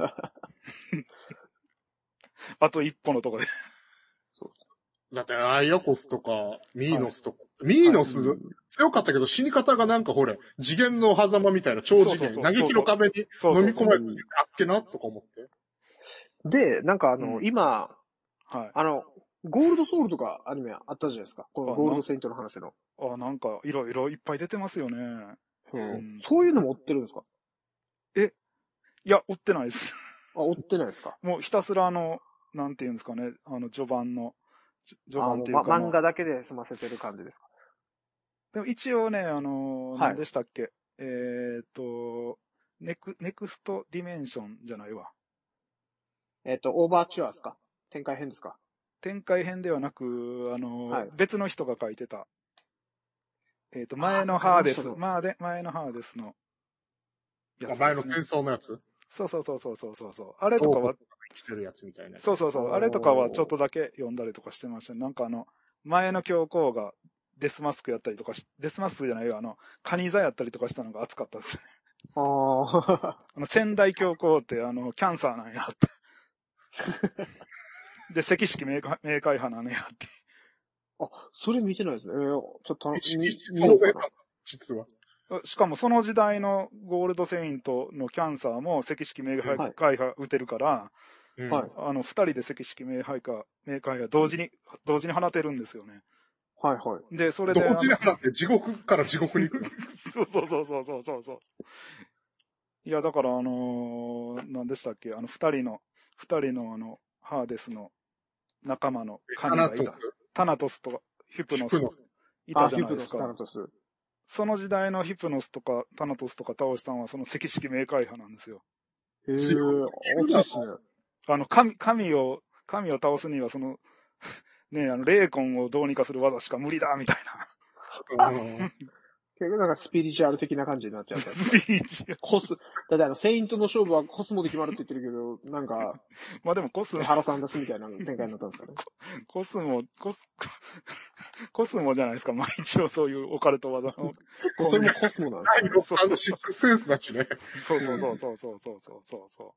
あと一歩のとこで。 そうだって、アイアコスとか、ミーノスとか。はい、ミーノス、はい、強かったけど死に方がなんかほれ、次元の狭間みたいな超次元、嘆きの壁に飲み込まれてあっけなとか思って。 で、なんかあの、うん、今、はい、あの、ゴールドソウルとかアニメあったじゃないですか。このゴールドセイントの話の。 あ、なんかいろいろいっぱい出てますよね。 うん。うん、そういうのも追ってるんですか？ え、いや、追ってないです。 あ、追ってないですか？ もうひたすらあの、なんていうんですかね、あの、序盤の、序盤っていうか、 ま。漫画だけで済ませてる感じですか？ でも一応ね、あのー、はい、何でしたっけ？えーっと、ネク、ネクストディメンションじゃないわ。 えーっと、オーバーチュアですか？展開編ですか？ 展開編ではなく、あのーはい、別の人が書いてた。えーっと、前のハーデス、まあで、前のハーデスのやつ、ね。前の戦争のやつ？ そうそうそうそうそうそう。あれとかは、 生きてるやつみたいな。 そうそうそう。あれとかはちょっとだけ読んだりとかしてましたね。なんかあの、前の教皇がデスマスクやったりとかし、デスマスクじゃないよ、あの、カニ座やったりとかしたのが熱かったですね。 ああ。 あの、仙台教皇ってあの、キャンサーなんやって。で、赤色明快明快派なんやって。 あ、それ見てないですね。えー、ちょっと、 そう実は。 しかもその時代のゴールドセイントのキャンサーも赤色明快派打てるから、はい、あの、二人で赤色明快派、明快派同時に、同時に放てるんですよね。 はいはい。 で、それで。 同時に放って地獄から地獄に行くの。 そうそうそうそうそうそうそう。いや、だからあのー、何でしたっけ、あの、二人の、二人のあの、ハーデスの仲間の神がいた。タナトスとヒプノス。いたじゃないですか。 タナトス。 その時代のヒプノスとかタナトスとか倒したのはその赤色明快派なんですよ。 へぇー、大きいですね。 あの、神、神を、神を倒すにはその、ねえ、あの、霊魂をどうにかする技しか無理だ、みたいな。 結構なんかスピリチュアル的な感じになっちゃう。 スピリチュアル。 コス、だってあの、セイントの勝負はコスモで決まるって言ってるけど、なんか、 まあでもコスモ。 原さん出すみたいな展開になったんですかね。 コスモ、コス、コスモじゃないですか。まあ一応そういうオカルト技の。 それもコスモなんですか、ね。あのシックスセンスだしね。 そうそうそうそうそうそうそうそう。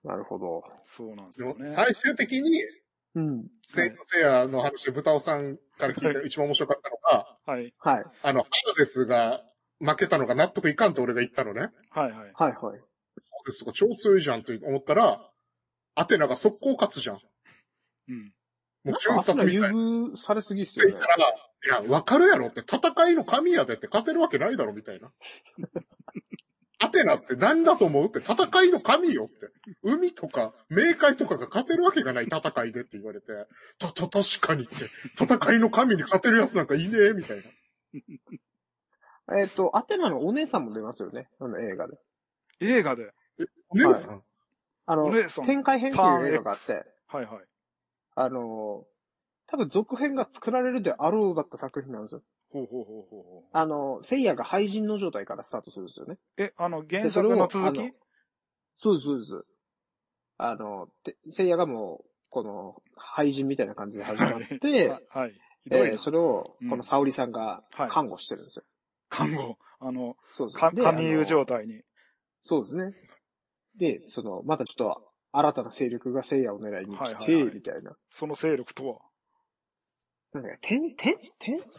なるほど。 そうなんですよね。 最終的に、うん。セイントセイヤの話で豚尾さんから聞いて一番面白かったのが、 はい。 はい。 あの、ハーデスが負けたのが納得いかんと俺が言ったのね。 はいはい。 はいはい。ハーデスとか超強いじゃんと思ったら、アテナが速攻勝つじゃん。 うん。もう瞬殺みたいな。優遇されすぎっすよね。 いや、わかるやろって、戦いの神やでって勝てるわけないだろみたいな。アテナって何だと思うって戦いの神よって。海とか、冥界とかが勝てるわけがない戦いでって言われて、た、た、確かにって、戦いの神に勝てるやつなんかいねえみたいな。えっと、アテナのお姉さんも出ますよね、あの映画で。 映画でえ、お姉さん、はい、 あの、展開編っていう映画があって、 はいはい。 あの、多分続編が作られるであろうだった作品なんですよ。 ほうほうほうほうほう。 あの、セイヤが廃人の状態からスタートするんですよね。 え、あの、原作の続き？ そうです、そうです。あの、セイヤがもう、この、廃人みたいな感じで始まって、はい。はい、えー、それを、この沙織さんが看護してるんですよ。 はい、看護あの、そうです。神優状態に。 そうですね。で、その、またちょっと、新たな勢力がセイヤを狙いに来て、はいはいはい、みたいな。 その勢力とはなんだか、天、天、天、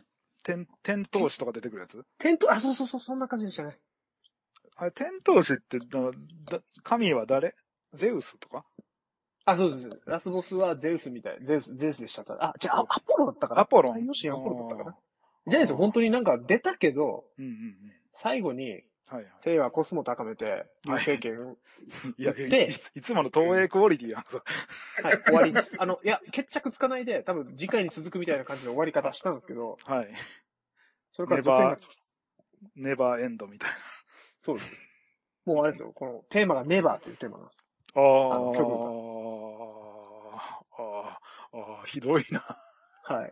天、天闘士とか出てくるやつ？ 天闘、あ、そうそうそう、そんな感じでしたね。 あれ、天闘士ってだ、だ、神は誰？ゼウスとか？ あ、そうです。ラスボスはゼウスみたい。ゼウス、ゼウスでしたから。あ、じゃあ、アポロだったかな？ アポロン。 太陽神アポロだったかな？じゃないですよ、本当になんか出たけど、 うんうんうん、 最後に、 はいはい、 聖はコスモ高めて、流星剣を、 はい、いやいやいつ、いつもの東映クオリティやん、それ。はい、終わりです。あの、いや、決着つかないで、多分次回に続くみたいな感じの終わり方したんですけど、 はい。 それから続編がつネバーエンドみたいな。 そうです。もうあれですよ、このテーマがネバーというテーマなんです。 ああ。あの、曲が。ああ、ああ、ひどいな。 はい。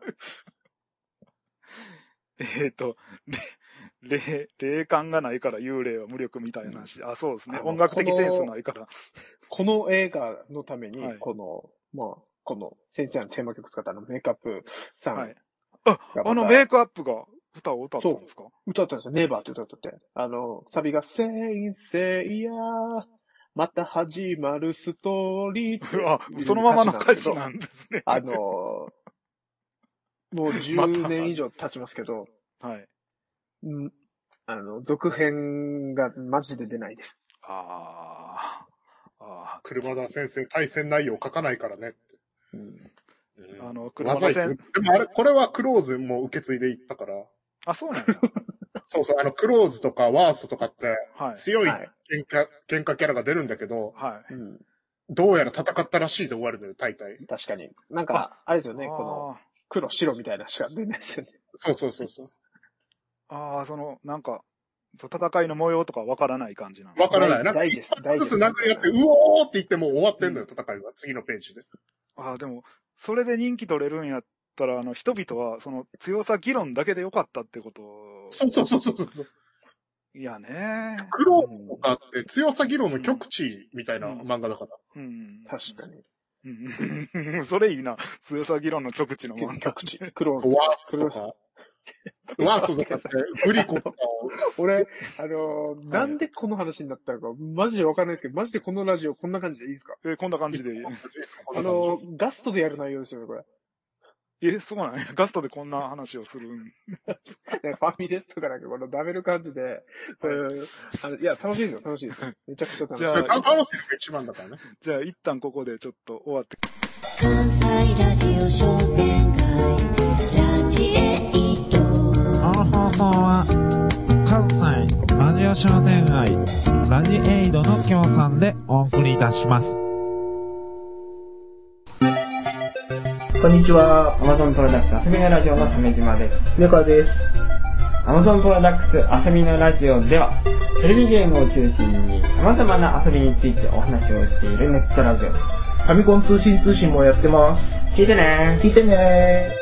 えっと、霊、霊感がないから幽霊は無力みたいな話。あ、そうですね。音楽的センスないから。 この映画のために、はい、この、まあ、この先生のテーマ曲使ったのメイクアップさん。はい。 あ、あのメイクアップが歌を歌ったんですか？ 歌ったんですよ。ネバーって歌ったって。あの、サビが、先生やまた始まるストーリーって。 あ、そのままの歌詞なんですね。 あの、もうじゅうねん以上経ちますけど、 はい。 うん、あの、続編がマジで出ないです。 ああ。ああ。車田先生、対戦内容書かないからねって。 うん。 うん、あの、車田先生。でもあれ、これはクローズも受け継いでいったから。 あ、そうなんだ。 そうそう、あの、クローズとかワーストとかって、強い喧嘩、はい、喧嘩キャラが出るんだけど、 はい。 どうやら戦ったらしいで終わるのよ、大体。 確かに。なんか、あれですよね、この、黒白みたいなしか出ないですよね。 そうそうそうそう。 ああ、その、なんか、戦いの模様とかわからない感じなの？ わからない。なんか、一発ずつ殴り合って、うおーって言っても終わってんのよ、うん、戦いは。次のページで。 ああ、でも、それで人気取れるんやったら、あの、人々は、その、強さ議論だけでよかったってこと。 そうそうそうそうそう。 いやね。 クローがあって、強さ議論の極致みたいな漫画だから。 うん。うん、確かに。 うん。それいいな。強さ議論の極致の漫画。 極致。クローワーストとか。ワーストとかって、グリコとかを。 俺、あのー、なんでこの話になったのか、マジでわかんないですけど、マジでこのラジオこんな感じでいいですか？ え、こんな感じでいい。 あのー、ガストでやる内容ですよね、これ。 え、そうなんや。ガストでこんな話をするん。 ファミレスとかなんかこのダメる感じで、はい、あのいや、楽しいですよ、楽しいですよ。めちゃくちゃ楽しい。じゃあ、 楽しいのが一番だからね。 じゃあ、一旦ここでちょっと終わって。 関西ラジオ商店街、ラジエイト。 この放送は、関西ラジオ商店街、ラジエイドの協賛でお送りいたします。 こんにちは。Amazon プロダクツ遊びのラジオの鮫島です。 ぬかです。 Amazon プロダクツ遊びのラジオでは、テレビゲームを中心に様々な遊びについてお話をしているネットラジオです。 ファミコン通信通信もやってます。 聞いてね聞いてね